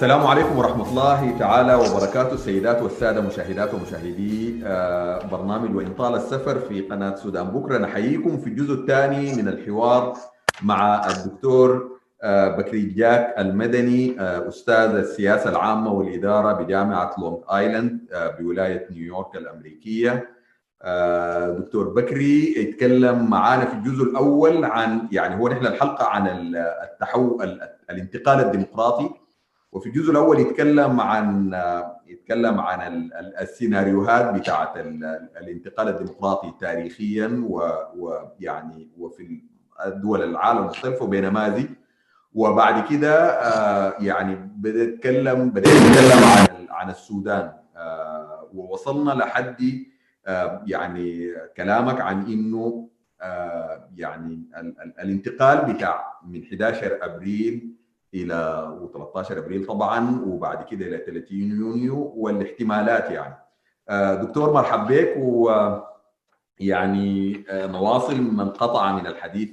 السلام عليكم ورحمة الله تعالى وبركاته. السيدات والسادة مشاهدات ومشاهدي برنامج وإن طال السفر في قناة سودان بكرة، نحييكم في الجزء الثاني من الحوار مع الدكتور بكري جاك المدني، أستاذ السياسة العامة والإدارة بجامعة لونج آيلاند بولاية نيويورك الأمريكية. دكتور بكري يتكلم معانا في الجزء الأول عن هو نحن الحلقة عن الانتقال الديمقراطي، وفي الجزء الاول يتكلم عن السيناريوهات بتاعه الانتقال الديمقراطي تاريخيا وفي الدول العالم المختلفه وبينماذج. وبعد كده بدأ يتكلم عن السودان، ووصلنا لحد كلامك عن انه الانتقال بتاع من 11 ابريل الى 13 ابريل طبعا، وبعد كده الى 30 يونيو والاحتمالات. دكتور مرحب بك، نواصل من قطع من الحديث.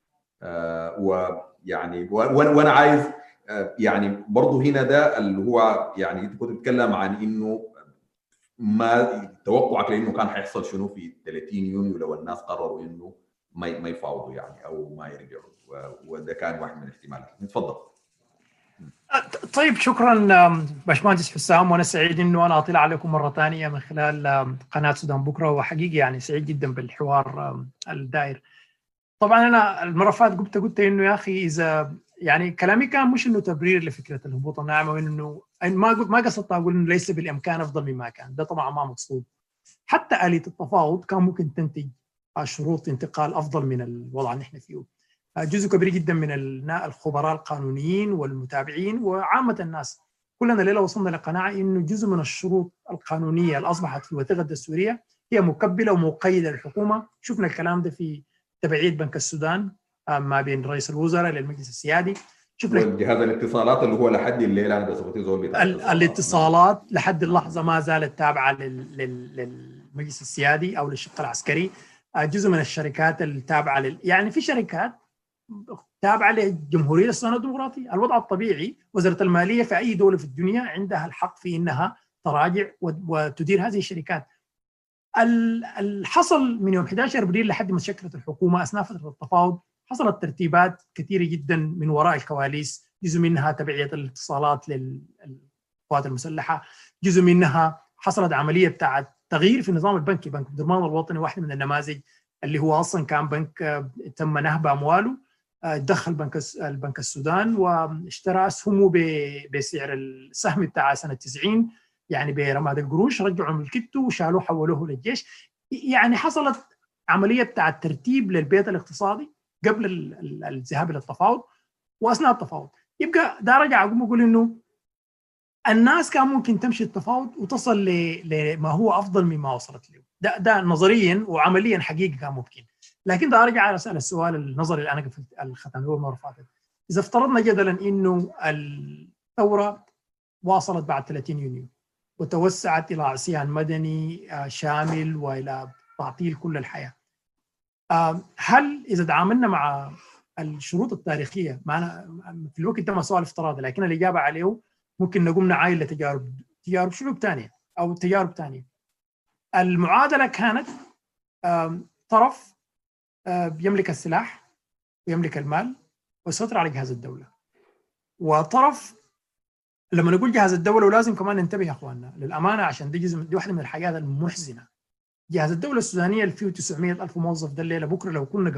وانا عايز برضه هنا ده اللي هو انت كنت تتكلم عن انه ما توقعك لانه كان حيحصل شنو في 30 يونيو لو الناس قرروا انه ما يفاوضوا او ما يرجعوا، وده كان واحد من الاحتمالات. نتفضل. طيب، شكرا باشمهندس حسام، وانا سعيد انه انا اطلع عليكم مره ثانيه من خلال قناه سودان بكره، وحقيقي سعيد جدا بالحوار الدائر. طبعا انا المره اللي فاتت قلت انه يا اخي اذا كلامي كان مش انه تبرير لفكره الهبوط الناعمه، وانه ما قصدت اقول انه ليس بالامكان افضل مما كان، ده طبعا ما مقصود. حتى آلية التفاوض كان ممكن تنتج شروط انتقال افضل من الوضع اللي احنا فيه. جزء كبير جدا من الخبراء القانونيين والمتابعين وعامه الناس كلنا الليله وصلنا لقناعه انه جزء من الشروط القانونيه اللي اصبحت في الوثيقه الدستوريه هي مكبله ومقيده للحكومه. شفنا الكلام ده في تبعيه بنك السودان ما بين رئيس الوزراء للمجلس السيادي. شفنا جهاز الاتصالات اللي هو لحد الليله انا بصفتي زول بتاع الاتصالات لحد اللحظه ما زالت تابعه للمجلس السيادي او للشق العسكري. جزء من الشركات التابعه في شركات تابعه لجمهوريه السودان الديمقراطي. الوضع الطبيعي وزاره الماليه في اي دوله في الدنيا عندها الحق في انها تراجع وتدير هذه الشركات. الحصل من يوم 11 ابريل لحد ما شكلت الحكومه اثناء فتره التفاوض حصلت ترتيبات كثيره جدا من وراء الكواليس، جزء منها تبعيه الاتصالات للقوات المسلحه، جزء منها حصلت عمليه بتاعه تغيير في النظام البنكي. بنك الضمان الوطني واحد من النماذج اللي هو اصلا كان بنك تم نهب امواله، دخل البنك السودان واشترى اسهمه بسعر السهم بتاع سنه 90، برماد القروش، رجعوا ملكته وشالوه حولوه للجيش. حصلت عمليه بتاع ترتيب للبيت الاقتصادي قبل الذهاب الى التفاوض واثناء التفاوض. يبقى ده رجع اقول انه الناس كان ممكن تمشي التفاوض وتصل لما هو افضل مما وصلت له. ده نظريا وعمليا حقيقي كان ممكن. لكن ده ارجع اسال السؤال النظري اللي انا قفلت الختام هو المره اللي فاتت. اذا افترضنا جدلا انه الثوره واصلت بعد 30 يونيو وتوسعت الى عصيان مدني شامل والى تعطيل كل الحياه، هل اذا تعاملنا مع الشروط التاريخيه معنا في الوقت ده ما سؤال افتراضي، لكن الاجابه عليه ممكن نقوم نعاين لتجارب شعوب ثانيه او تجارب ثانيه. المعادله كانت طرف يملك السلاح ويملك المال ويسيطر على جهاز الدوله، وطرف لما نقول جهاز الدوله ولازم كمان ننتبه يا اخواننا للامانه عشان دي واحده من الحاجات المحزنه. جهاز الدوله السودانيه اللي فيه 900 الف موظف ده الليله بكره لو كنا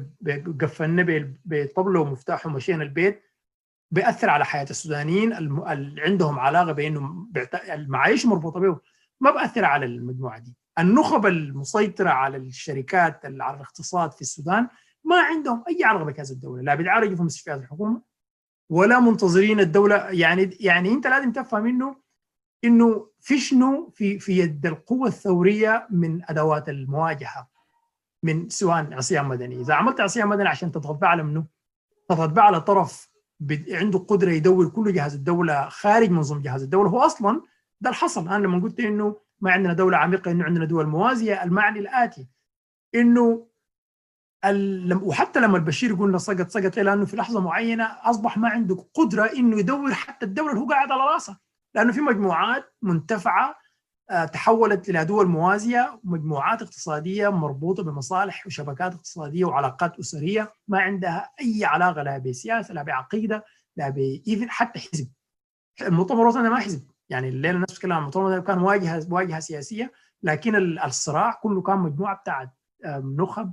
قفلنا بطبله ومفتاح ومشينا البيت بيأثر على حياه السودانيين اللي عندهم علاقه بانه المعايش مربوطه به، ما بأثر على المجموعه دي. النخب المسيطره على الشركات على الاقتصاد في السودان ما عندهم اي علاقه بجهاز الدوله، لا بيتعالجوا في مستشفيات الحكومه ولا منتظرين الدوله. انت لازم تفهم انه في شنو في يد القوه الثوريه من ادوات المواجهه، من سواء عصيان مدني. اذا عملت عصيان مدني عشان تضغط بقى على منه؟ تضغط بقى على طرف عنده قدره يدور كل جهاز الدوله خارج منظومه جهاز الدوله. هو اصلا ده الحصل. انا لما قلت انه ما عندنا دوله عميقه، انه عندنا دول موازيه، المعني الاتي انه وحتى لما البشير قلنا سقط ليه؟ لانه في لحظه معينه اصبح ما عنده قدره انه يدور حتى الدوله اللي هو قاعد على راسها، لانه في مجموعات منتفعه تحولت الى دول موازيه، مجموعات اقتصاديه مربوطه بمصالح وشبكات اقتصاديه وعلاقات اسريه ما عندها اي علاقه لا بسياسه لا بعقيده لا بايفن حتى حزب. المؤتمر الوطني ما حزب، يعني الليله الناس بتتكلم عن المؤتمر كان واجهه سياسيه، لكن الصراع كله كان مجموعه بتاعت نخب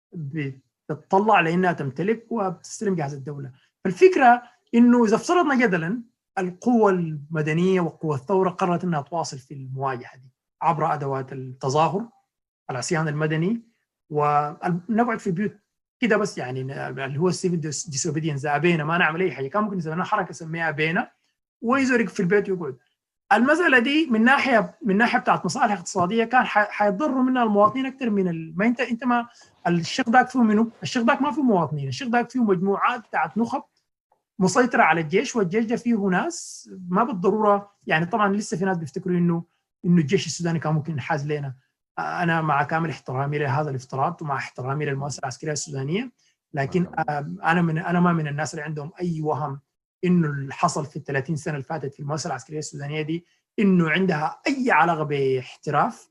بتطلع لانها تمتلك وبتستلم جهاز الدوله. فالفكره انه اذا افترضنا جدلا القوى المدنيه وقوى الثوره قررت انها تواصل في المواجهه دي عبر ادوات التظاهر، العصيان المدني، ونقعد في بيوت كده بس، يعني اللي هو السيفل ديسوبيدينس ابينا ما نعمل اي حاجه، كان ممكن نسميها حركه نسميها ابينا ويزرق في البيت ويقعد. المساله دي من ناحيه بتاعت مصالح اقتصاديه كان حيتضروا منها المواطنين اكثر من ما انت ما الشيخ داك فيه منه، الشيخ داك ما فيه مواطنين، الشيخ داك فيه مجموعات بتاعت نخب مسيطره على الجيش، والجيش ده فيه ناس ما بالضروره، يعني طبعا لسه في ناس بيفتكروا انه الجيش السوداني كان ممكن ينحاز لنا. انا مع كامل احترامي لهذا الافتراض ومع احترامي للمؤسسه العسكريه السودانيه، لكن انا ما من الناس اللي عندهم اي وهم انه اللي حصل في ال 30 سنه اللي فاتت في المؤسسه العسكريه السودانيه دي انه عندها اي علاقه باحتراف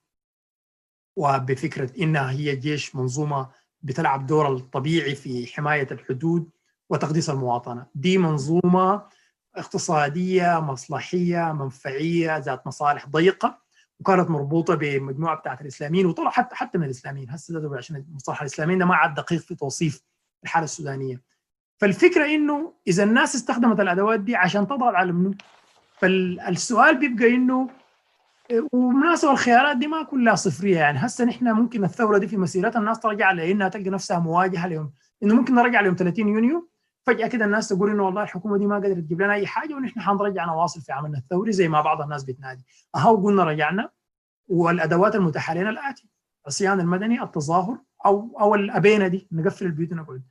وبفكره انها هي جيش منظومه بتلعب دور الطبيعي في حمايه الحدود وتقديس المواطنه. دي منظومه اقتصاديه مصلحيه منفعيه ذات مصالح ضيقه، وكانت مربوطه بمجموعه بتاعت الاسلاميين، وطلع حتى من الاسلاميين هسه، عشان مصطلح الاسلاميين ده ما عاد دقيق في توصيف الحاله السودانيه. فالفكره انه اذا الناس استخدمت الادوات دي عشان تضغط على منه، فالسؤال بيبقى انه، وبمناسبه الخيارات دي ما كلها صفريه، يعني هسه نحن ممكن الثوره دي في مسيرتها الناس ترجع لانها تلقى نفسها مواجهه ليوم، انه ممكن نرجع ليوم 30 يونيو فجاه كده الناس تقول انه والله الحكومه دي ما قدرت تجيب لنا اي حاجه ونحن حنرجع نواصل في عملنا الثوري زي ما بعض الناس بتنادي. اهو قلنا رجعنا، والادوات المتاحه لنا الاتي: الصيان المدني، التظاهر، او الابينه دي نقفل البيوت ونقعد.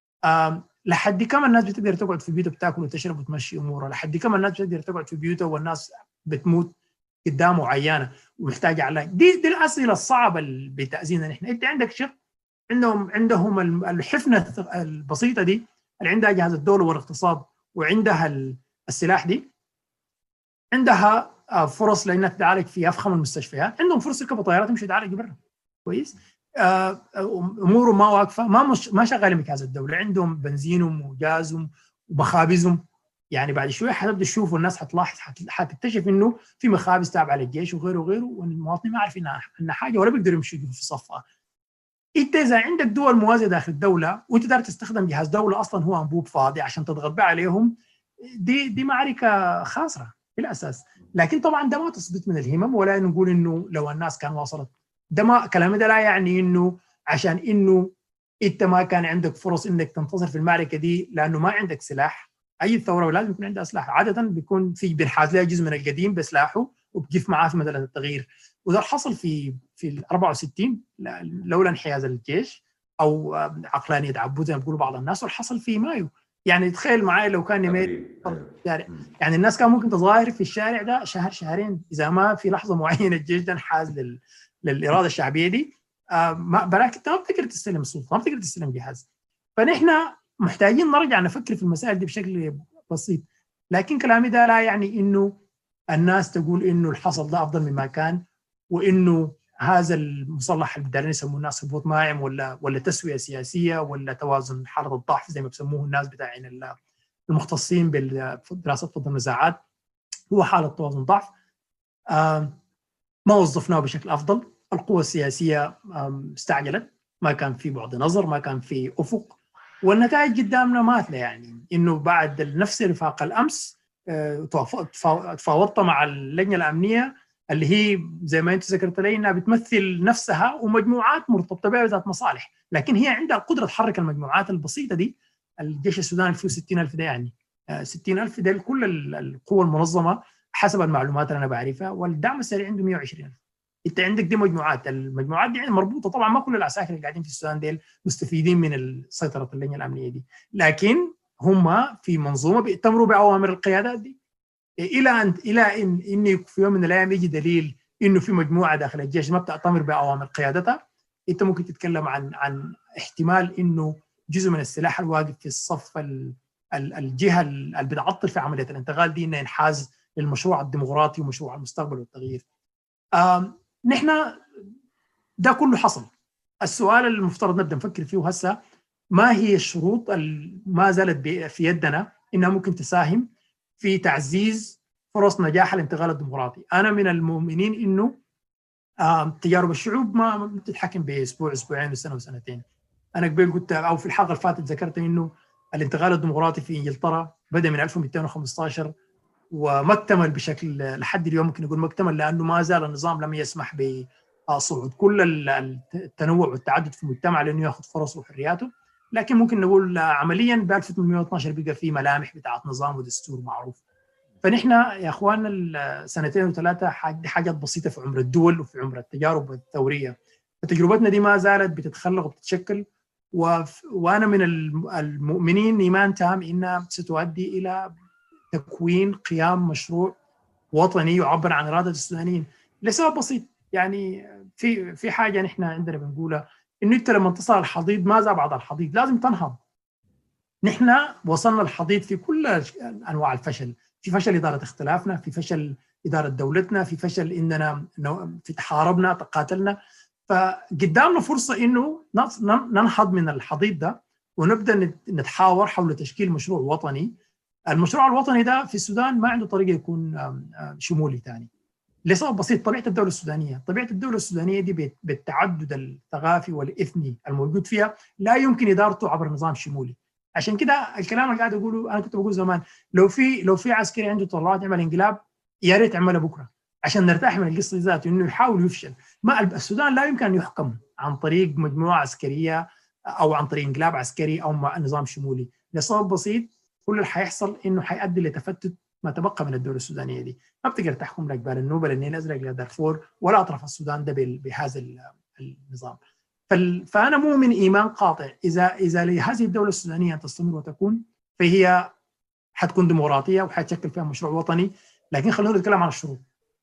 لحد كم الناس بتقدر تقعد في بيوتها بتاكل وتشرب وتمشي امورها؟ لحد كم الناس بتقدر تقعد في بيوتها والناس بتموت قدامه عيانه ومحتاجه علاج؟ دي الاسئله الصعبه بتاذينا نحن. انت عندك شق عندهم الحفنه البسيطه دي اللي عندها جهاز الدوله والاقتصاد وعندها السلاح دي، عندها فرص لانها تتعالج في افخم المستشفيات، عندهم فرص يركبوا طيارات يمشوا يتعالجوا برا كويس. امورهم ما واقفه، ما شغالين بجهاز الدوله، عندهم بنزينهم وغازهم ومخابزهم. يعني بعد شويه حتبدا تشوفوا الناس حتلاحظ حتكتشف انه في مخابز تابعه للجيش وغيره وغيره، والمواطنين ما عارفين عنها حاجه ولا بيقدروا يمشوا في صفها. انت اذا عندك دول موازيه داخل الدوله وانت تقدر تستخدم جهاز دوله اصلا هو انبوب فاضي عشان تضغط بيه عليهم، دي معركه خاسره في الاساس. لكن طبعا ده ما تثبت من الهمم، ولا نقول انه لو الناس كان وصلت، ده ما كلامي ده لا يعني انه عشان انه انت ما كان عندك فرص انك تنتصر في المعركه دي لانه ما عندك سلاح. اي ثوره لازم يكون عندها سلاح، عاده بيكون في بنحاز لها جزء من القديم بسلاحه وبقف معاه في مساله التغيير. وده حصل في ال 64 لولا انحياز الجيش او عقلانيه عبود زي ما بيقولوا بعض الناس، والحصل في مايو. يعني تخيل معي لو كان يميل يعني الناس كان ممكن تظاهر في الشارع ده شهر شهرين اذا ما في لحظه معينه الجيش ده انحاز للاراده الشعبيه دي. براك انت ما بتقدر تستلم السلطه، ما بتقدر تستلم جهاز. فنحن محتاجين نرجع نفكر في المسائل دي بشكل بسيط. لكن كلامي ده لا يعني انه الناس تقول انه الحصل ده افضل مما كان، وانه هذا المصطلح اللي بدنا يسموه الناس هبوط مائم ولا تسويه سياسيه ولا توازن حاله الضعف زي ما بسموه الناس بتاعين المختصين بدراسه فض النزاعات، هو حاله توازن ضعف. ما وظفناه بشكل افضل. القوى السياسيه استعجلت، ما كان في بعد نظر، ما كان في افق، والنتائج قدامنا ماثله. يعني انه بعد نفس رفاق الامس تفاوضت مع اللجنه الامنيه اللي هي زي ما انت ذكرت لي انها بتمثل نفسها ومجموعات مرتبطه بها ذات مصالح، لكن هي عندها القدره تحرك المجموعات البسيطه دي. الجيش السوداني فيه 60,000 ده، يعني 60,000 ده كل القوى المنظمه حسب المعلومات اللي انا بعرفها، والدعم السريع عنده 120,000. انت عندك دي المجموعات دي يعني مربوطه. طبعا ما كل العساكر اللي قاعدين في السودان ديل مستفيدين من سيطره اللجنه الامنيه دي، لكن هم في منظومه بيأتمروا باوامر القيادات دي الى ان في يوم من الايام يجي دليل انه في مجموعه داخل الجيش ما بتأتمر باوامر قيادتها، انت ممكن تتكلم عن احتمال انه جزء من السلاح الواقف في الصف الجهه اللي بتعطل في عمليه الانتقال دي انه ينحاز للمشروع الديمقراطي ومشروع المستقبل والتغيير. نحن ده كله حصل. السؤال المفترض نبدا نفكر فيه هسه، ما هي الشروط ما زالت في يدنا انها ممكن تساهم في تعزيز فرص نجاح الانتقال الديمقراطي؟ انا من المؤمنين انه تجارب الشعوب ما بتتحكم باسبوع اسبوعين وسنه وسنتين. انا قبل قلت او في الحلقه اللي فاتت ذكرت انه الانتقال الديمقراطي في انجلترا بدا من 1215 وما اكتمل بشكل لحد اليوم. ممكن نقول ما اكتمل لانه ما زال النظام لم يسمح بصعود كل التنوع والتعدد في المجتمع لانه ياخذ فرصه وحرياته. لكن ممكن نقول عمليا ب 1812 بقى في ملامح بتاعت نظام ودستور معروف. فنحن يا اخواننا سنتين وثلاثه حاجات بسيطه في عمر الدول وفي عمر التجارب الثوريه. فتجربتنا دي ما زالت بتتخلق وبتتشكل، وانا من المؤمنين ايمان تام انها ستؤدي الى تكوين قيام مشروع وطني يعبر عن اراده السودانيين لسبب بسيط. يعني في حاجه نحن عندنا بنقولها، انه انت لما تصل الحضيض ماذا بعد الحضيض؟ لازم تنهض. نحن وصلنا الحضيض في كل انواع الفشل، في فشل اداره اختلافنا، في فشل اداره دولتنا، في فشل اننا في تحاربنا تقاتلنا. فقدامنا فرصه انه ننهض من الحضيض ده ونبدا نتحاور حول تشكيل مشروع وطني. المشروع الوطني ده في السودان ما عنده طريقه يكون شمولي ثاني لسبب بسيط. طبيعه الدوله السودانيه دي بالتعدد الثقافي والاثني الموجود فيها لا يمكن ادارته عبر نظام شمولي. عشان كده الكلام اللي قاعد اقوله انا كنت بقول زمان، لو في عسكري عنده طلعات يعمل انقلاب يا ريت يعملها بكره عشان نرتاح من القصه ذاته انه يحاول يفشل. ما السودان لا يمكن ان يحكم عن طريق مجموعه عسكريه او عن طريق انقلاب عسكري او نظام شمولي لسبب بسيط. كل اللي حيحصل انه حيؤدي لتفتت ما تبقى من الدوله السودانيه دي. ما بتقدر تحكم لك جبال النوبه للنيل الازرق لدارفور ولا اطراف السودان ده بهذا النظام. فانا مؤمن ايمان قاطع اذا لهذه الدوله السودانيه ان تستمر وتكون فهي حتكون ديمقراطيه وحتشكل فيها مشروع وطني. لكن خلونا نتكلم عن الشروط.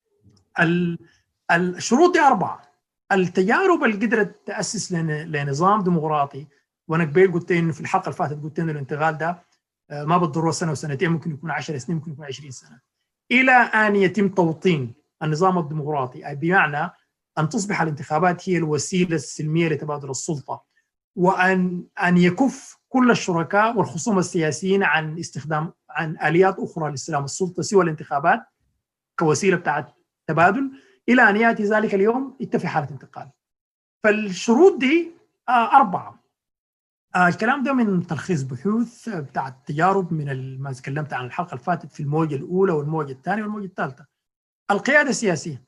الشروط دي 4. التجارب اللي قدرت تاسس لنظام ديمقراطي، وانا قبل قلت انه في الحلقه اللي فاتت قلت انه الانتقال ده ما بالضروره سنه وسنتين، ممكن يكون 10 سنين، ممكن يكون 20 سنه، الى ان يتم توطين النظام الديمقراطي، أي بمعنى ان تصبح الانتخابات هي الوسيله السلميه لتبادل السلطه، وان يكف كل الشركاء والخصوم السياسيين عن اليات اخرى لاستلام السلطه سوى الانتخابات كوسيله بتاعت تبادل، الى ان ياتي ذلك اليوم انت في حاله انتقال. فالشروط دي 4. الكلام ده من تلخيص بحوث بتاع التجارب من ما تكلمت عن الحلقه اللي فاتت في الموجه الاولى والموجه الثانيه والموجه الثالثه. القياده السياسيه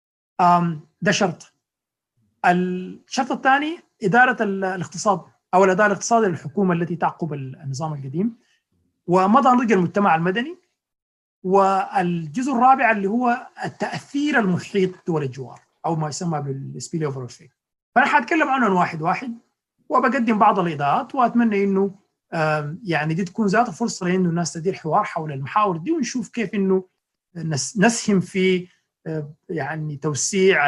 ده شرط. الشرط الثاني اداره الاقتصاد او الاداره الاقتصاديه للحكومه التي تعقب النظام القديم، ومضى نضج المجتمع المدني. والجزء الرابع اللي هو التاثير المحيط دول الجوار او ما يسمى بالسبيل اوفر افكت. فانا حاتكلم عنهم واحد واحد وبقدم بعض الاضاءات، واتمنى انه يعني دي تكون ذات فرصه لانه الناس تدير حوار حول المحاور دي ونشوف كيف انه نسهم في يعني توسيع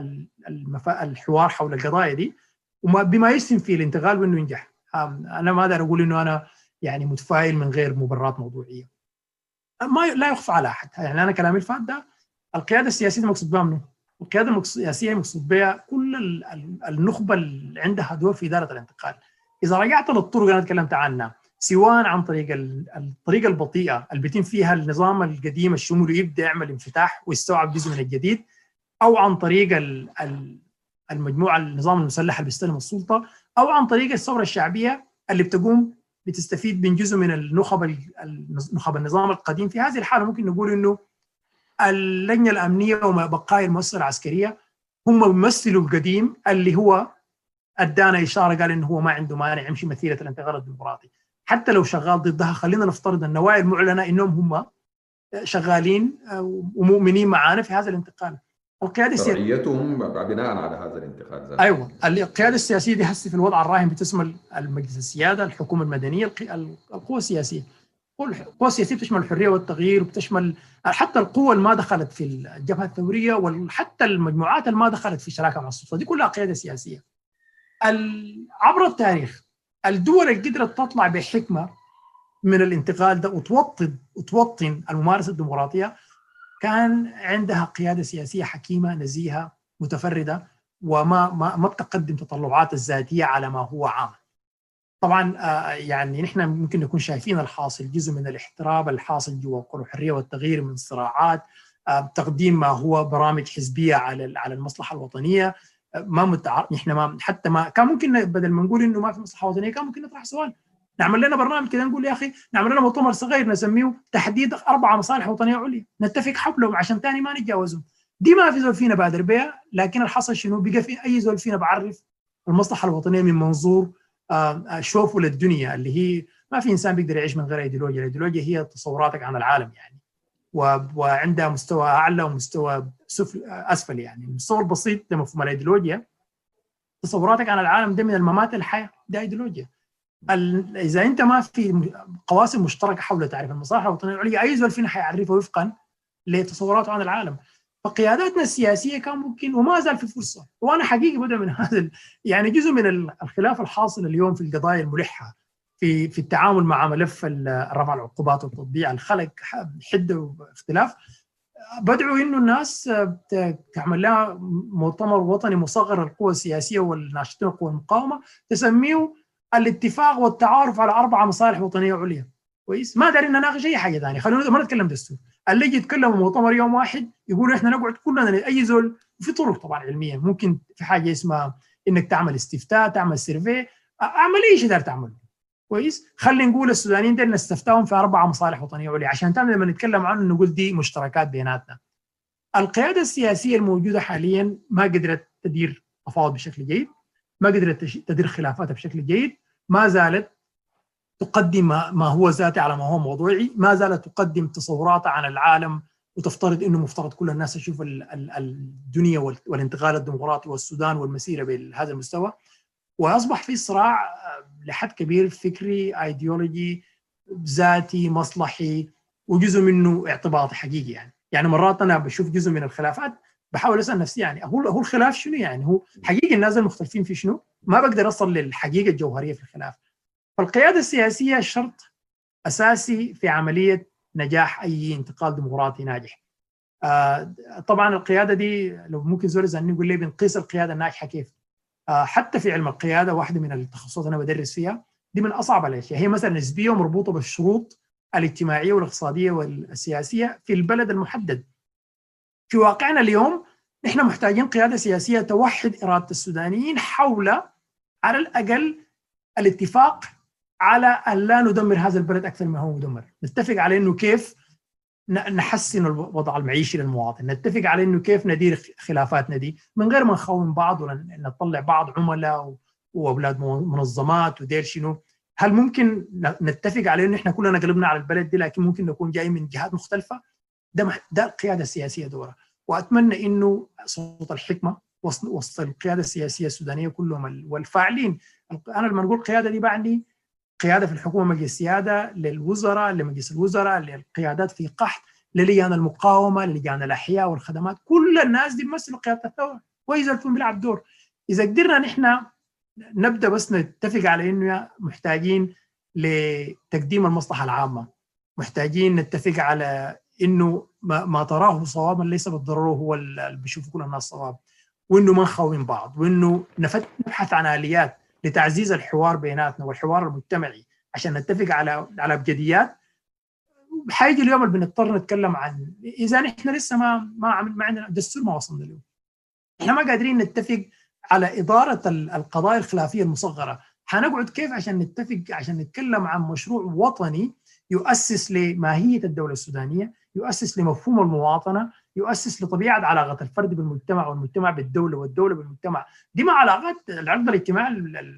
الحوار حول القضايا دي بما يسهم في الانتقال وانه ينجح. انا ما اقدر اقول انه انا يعني متفائل من غير مبررات موضوعيه. ما لا يخفى على احد، يعني انا كلامي الفات ده القياده السياسيه مقصود بها منه. القياده السياسيه مقصود بها كل النخبه اللي عندها دور في اداره الانتقال. اذا رجعت للطرق اللي انا تكلمت عنها، سواء عن طريق الطريقه البطيئه اللي بيتم فيها النظام القديم الشمولي يبدا يعمل انفتاح ويستوعب جزء من الجديد، او عن طريق المجموعه النظام المسلح اللي بيستلم السلطه، او عن طريق الثوره الشعبيه اللي بتقوم بتستفيد من جزء من نخب النظام القديم. في هذه الحاله ممكن نقول انه اللجنه الامنيه وبقايا المؤسسه العسكريه هم بيمثلوا القديم اللي هو ادانا اشاره قال انه هو ما عنده مانع يمشي مثيره الانتقال الديمقراطي حتى لو شغال ضدها. خلينا نفترض النوايا المعلنه انهم هم شغالين ومؤمنين معانا في هذا الانتقال. القياده السياسيه شرعيتهم بناء على هذا الانتقال ذاته. ايوه، القياده السياسيه دي هسه في الوضع الراهن بتشمل المجلس السياده، الحكومه المدنيه، القوى السياسيه. القوى السياسيه بتشمل الحريه والتغيير، وبتشمل حتى القوى اللي ما دخلت في الجبهه الثوريه، وحتى المجموعات اللي ما دخلت في شراكه مع السلطه، دي كلها قياده سياسيه. عبر التاريخ الدول اللي قدرت تطلع بحكمه من الانتقال ده وتوطن الممارسه الديمقراطيه كان عندها قياده سياسيه حكيمه نزيهه متفرده وما ما بتقدم تطلعات الذاتيه على ما هو عام. طبعا يعني نحن ممكن نكون شايفين الحاصل جزء من الاحتراب الحاصل جوا الحريه والتغيير من صراعات، تقديم ما هو برامج حزبيه على المصلحه الوطنيه. نحن ما حتى ما كان ممكن بدل ما نقول انه ما في مصلحه وطنيه كان ممكن نطرح سؤال، نعمل لنا برنامج كده نقول يا اخي نعمل لنا مؤتمر صغير نسميه تحديد 4 مصالح وطنيه عليا نتفق حولهم عشان ثاني ما نتجاوزهم. دي ما في زول فينا بادر بها، لكن الحصل شنو؟ بقى في اي زول فينا بعرف المصلحه الوطنيه من منظور شوفوا للدنيا اللي هي ما في انسان بيقدر يعيش من غير ايديولوجيا. الايديولوجيا هي تصوراتك عن العالم يعني، وعندها مستوى اعلى ومستوى اسفل. يعني المستوى البسيط لمفهوم الايديولوجيا تصوراتك عن العالم ده من الممات الحياه، ده ايديولوجيا. اذا انت ما في قواسم مشتركه حول تعريف المصالح الوطنيه العليا اي زول فينا حيعرفه وفقا لتصوراته عن العالم. فقياداتنا السياسيه كان ممكن وما زال في فرصه، وانا حقيقي بدأ من هذا يعني جزء من الخلاف الحاصل اليوم في القضايا الملحه في التعامل مع ملف رفع العقوبات والتطبيع الخلق حده واختلاف. بدعو انه الناس تعمل لها مؤتمر وطني مصغر للقوى السياسيه والناشطين القوى المقاومه تسميه الاتفاق والتعارف على 4 مصالح وطنيه عليا. كويس؟ ما دارين نناقش اي حاجه ثانيه، خلونا ما نتكلم دستور. اللي يجي يتكلموا مؤتمر يوم واحد يقولوا احنا نقعد كلنا اي زول، وفي طرق طبعا علميه، ممكن في حاجه اسمها انك تعمل استفتاء، تعمل سيرفي، اعمل اي شيء دار تعمله. كويس؟ خلي نقول السودانيين دول نستفتاهم في 4 مصالح وطنيه عليا عشان ثاني لما نتكلم عنه نقول دي مشتركات بيناتنا. القياده السياسيه الموجوده حاليا ما قدرت تدير تفاوض بشكل جيد، ما قدرت تدير خلافاتها بشكل جيد، ما زالت تقدم ما هو ذاتي على ما هو موضوعي، ما زالت تقدم تصوراتها عن العالم وتفترض انه مفترض كل الناس تشوف الدنيا والانتقال الديمقراطي والسودان والمسيره بهذا المستوى. واصبح في صراع لحد كبير فكري ايديولوجي ذاتي مصلحي وجزء منه اعتباطي حقيقي. يعني مرات انا بشوف جزء من الخلافات بحاول اسال نفسي يعني هو الخلاف شنو؟ يعني هو حقيقي الناس المختلفين في شنو؟ ما بقدر اصل للحقيقه الجوهريه في الخلاف. فالقياده السياسيه شرط اساسي في عمليه نجاح اي انتقال ديمقراطي ناجح. طبعا القياده دي لو ممكن زول يسالني يقول لي بنقيس القياده الناجحه كيف؟ حتى في علم القياده واحده من التخصصات انا بدرس فيها دي من اصعب الاشياء، هي مثلا نسبيه ومربوطه بالشروط الاجتماعيه والاقتصاديه والسياسيه في البلد المحدد. في واقعنا اليوم نحن محتاجين قياده سياسيه توحد اراده السودانيين حول على الاقل الاتفاق على ان لا ندمر هذا البلد اكثر ما هو مدمر، نتفق على انه كيف نحسن الوضع المعيشي للمواطن، نتفق على انه كيف ندير خلافاتنا دي من غير ما نخون بعض ولا نطلع بعض عملاء واولاد منظمات ودير شنو. هل ممكن نتفق على انه احنا كلنا قلبنا على البلد دي لكن ممكن نكون جاي من جهات مختلفه؟ ده القياده السياسيه دورها. واتمنى انه صوت الحكمه وسط القياده السياسيه السودانيه كلهم والفاعلين. انا لما نقول قياده دي بعني قياده في الحكومه، مجلس سياده، للوزراء، لمجلس الوزراء، للقيادات في قحط، للجان المقاومه، للجان الاحياء والخدمات، كل الناس دي بيمثلوا قياده الثوره ويزال فيهم بيلعب دور. اذا قدرنا نحن نبدا بس نتفق على انه محتاجين لتقديم المصلحه العامه، محتاجين نتفق على انه ما تراه صوابا ليس بالضروره هو اللي بيشوفه كل الناس صواب، وانه ما نخون بعض، وانه نبحث عن اليات لتعزيز الحوار بيناتنا والحوار المجتمعي عشان نتفق على ابجديات. حيجي اليوم اللي بنضطر نتكلم عن اذا نحن لسه ما عندنا دستور، ما وصلنا له، احنا ما قادرين نتفق على اداره القضايا الخلافيه المصغره، حنقعد كيف عشان نتفق عشان نتكلم عن مشروع وطني يؤسس لماهيه الدوله السودانيه، يؤسس لمفهوم المواطنه، يؤسس لطبيعه علاقه الفرد بالمجتمع والمجتمع بالدوله والدوله بالمجتمع. دي ما علاقات العقد الاجتماعي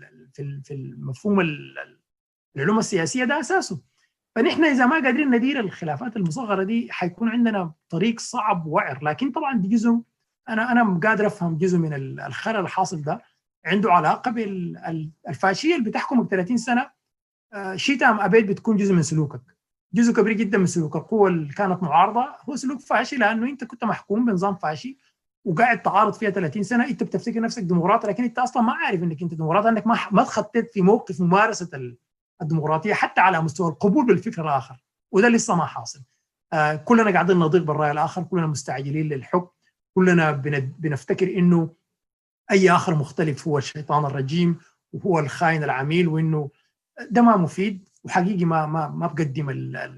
في المفهوم العلوم السياسيه ده اساسه. فنحن اذا ما قادرين ندير الخلافات المصغره دي حيكون عندنا طريق صعب وعر. لكن طبعا دي جزء، انا قادر افهم جزء من الخلل الحاصل ده عنده علاقه بالفاشيه اللي بتحكمك 30 سنه. شئت ام ابيت بتكون جزء من سلوكك، جزء كبير جدا من سلوك القوى اللي كانت معارضه هو سلوك فاشي، لانه انت كنت محكوم بنظام فاشي وقاعد تعارض فيها 30 سنه، انت بتفتكر نفسك ديمقراطي لكن انت اصلا ما عارف انك انت ديمقراطي، انك ما اتخطيت في موقف ممارسه الديمقراطيه حتى على مستوى القبول بالفكر الاخر، وده لسه ما حاصل. كلنا قاعدين نضيق بالراي الاخر، كلنا مستعجلين للحكم، كلنا بنفتكر انه اي اخر مختلف هو الشيطان الرجيم وهو الخاين العميل، وانه ده ما مفيد وحقيقي ما بقدم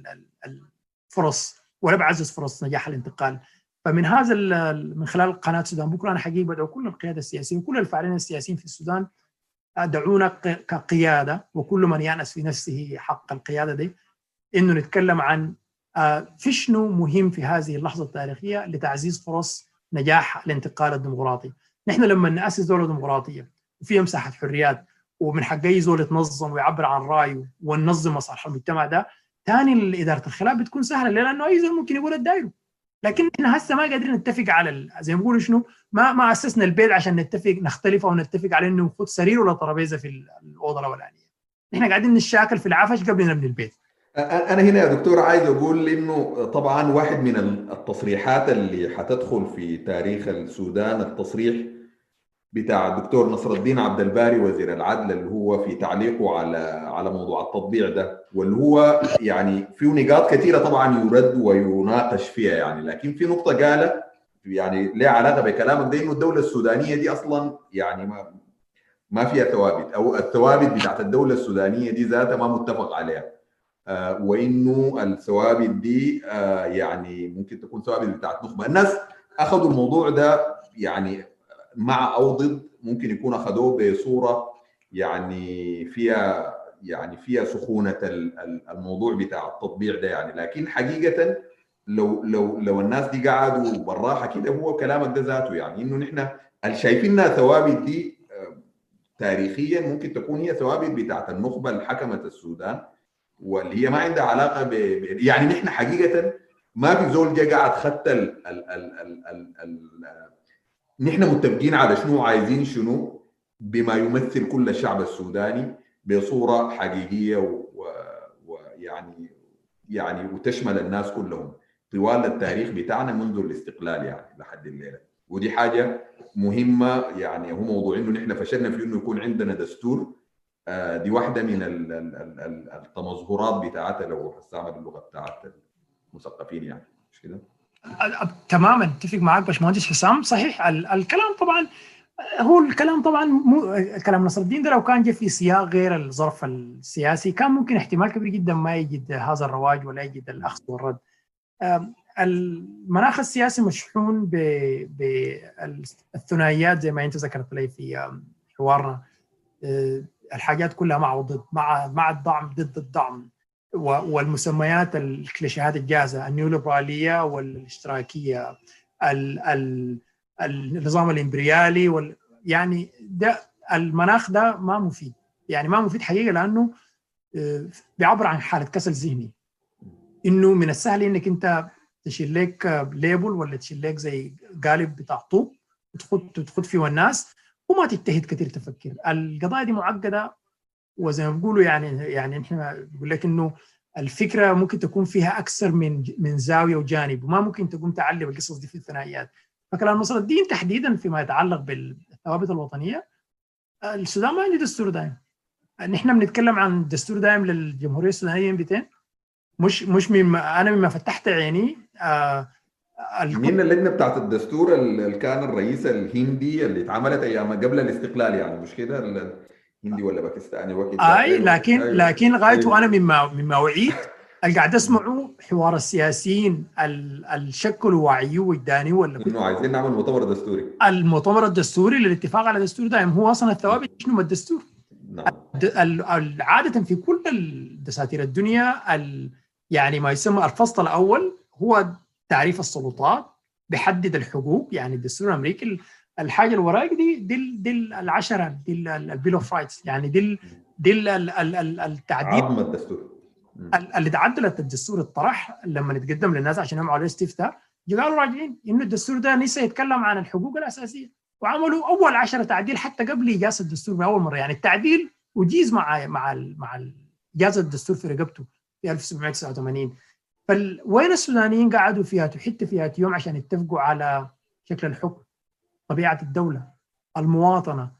الفرص ولا بعزز فرص نجاح الانتقال. فمن هذا من خلال قناه السودان بكره انا حقيقي بدعو كل القياده السياسيه وكل الفاعلين السياسيين في السودان، دعونا كقياده وكل من يأنس في نفسه حق القياده دي انه نتكلم عن في شنو مهم في هذه اللحظه التاريخيه لتعزيز فرص نجاح الانتقال الديمقراطي. نحن لما نأسس دوله ديمقراطيه وفيها مساحه حريات ومن حق اي زول يتنظم ويعبر عن رايه وننظم مصالح المجتمع ده، ثاني اداره الخلاف بتكون سهله لانه اي زول ممكن يقول الدايره. لكن احنا هسه ما قادرين نتفق على زي ما بيقولوا شنو، ما اسسنا البيت عشان نتفق نختلف او نتفق على انه ناخذ سرير ولا ترابيزه في الاوضه الاولانيه. احنا قاعدين نتشاكل في العفش قبل نبني البيت. أنا هنا يا دكتور عايز أقول إنه طبعا واحد من التصريحات اللي حتدخل في تاريخ السودان التصريح بتاع الدكتور نصر الدين عبد الباري وزير العدل، اللي هو في تعليقه على موضوع التطبيع ده، واللي هو يعني فيه نقاط كثيرة طبعا يرد ويناقش فيها يعني، لكن في نقطة قالها يعني لها علاقة بكلامك ده، إنه الدولة السودانية دي أصلا يعني ما فيها ثوابت، أو الثوابت بتاعت الدولة السودانية دي ذاتها ما متفق عليها. وانه الثوابت دي يعني ممكن تكون ثوابت بتاعت نخبه. الناس اخذوا الموضوع ده يعني مع او ضد، ممكن يكون اخذوه بصوره يعني فيها سخونه الموضوع بتاع التطبيع ده يعني، لكن حقيقه لو الناس دي قعدوا بالراحه كده، هو كلامك ده ذاته يعني انه نحن اللي شايفينها ثوابت دي تاريخيا ممكن تكون هي ثوابت بتاعت النخبه اللي حكمت السودان، واللي هي ما عندها علاقه يعني نحن حقيقه ما في زول جا قاعد خدت نحن متفقين على شنو عايزين شنو بما يمثل كل الشعب السوداني بصوره حقيقيه ويعني وتشمل الناس كلهم طوال التاريخ بتاعنا منذ الاستقلال يعني لحد الليله. ودي حاجه مهمه يعني، هو موضوع انه نحن فشلنا في انه يكون عندنا دستور. دي واحدة من التمظهرات بتاعتها لو هستعمل اللغة بتاعت المثقفين يعني، مش كده؟ تماما اتفق معك باشمهندس حسام. صحيح الكلام طبعا هو الكلام طبعا كلام نصر الدين ده لو كان جاء في سياق غير الظرف السياسي كان ممكن احتمال كبير جدا ما يجد هذا الرواج ولا يجد الاخذ والرد. المناخ السياسي مشحون بالثنائيات زي ما انت ذكرت لي في حوارنا، الحاجات كلها مع وضد، مع الدعم ضد الدعم، والمسميات الكليشيهات الجاهزه، النيوليبراليه والاشتراكيه، النظام الامبريالي يعني ده المناخ ده ما مفيد، يعني ما مفيد حقيقه، لانه بيعبر عن حاله كسل ذهني، انه من السهل انك انت تشيل لك ليبل ولا تشيل لك زي قالب بتاع طوب وتخد فيه الناس وما تجتهد كثير تفكر. القضايا دي معقده، وزي ما بيقولوا يعني احنا بقول لك انه الفكره ممكن تكون فيها اكثر من زاويه وجانب، وما ممكن تقوم تعلم القصص دي في الثنائيات. فكلام نصر الدين تحديدا فيما يتعلق بالثوابت الوطنيه، السودان ما عنده دستور دائم. نحن بنتكلم عن دستور دائم للجمهوريه السودانيه 200، مش مما فتحت عيني. من اللجنه بتاعت الدستور اللي كان الرئيس الهندي اللي اتعملت ايام قبل الاستقلال يعني، مش كده؟ الهندي ولا باكستاني وقت اي لكن غايته انا مما اعيد قاعد اسمعوا حوار السياسيين الشكلوا وعيه وجداني ولا انه عايزين نعمل مؤتمر دستوري. المؤتمر الدستوري للاتفاق على دستور دائم هو اصلا الثوابت شنو الدستور. نعم. عاده في كل الدساتير الدنيا يعني ما يسمى الفصل الاول هو تعريف السلطات، بيحدد الحقوق. يعني الدستور الامريكي الحاجه اللي وراك دي العشره، دي البيل اوف رايتس، يعني دي التعديل عظم الدستور اللي تعدلت الدستور الطرح لما نتقدم للناس عشان يعملوا عليه استفتاء، قالوا راجعين انه الدستور ده لسه يتكلم عن الحقوق الاساسيه، وعملوا اول 10 تعديل حتى قبل ايجاز الدستور باول مره. يعني التعديل وجيز مع ايجاز الدستور في رقبته في 1789. فوين السودانيين قعدوا فيها تحت فيها يوم عشان يتفقوا على شكل الحكم؟ طبيعه الدوله، المواطنه،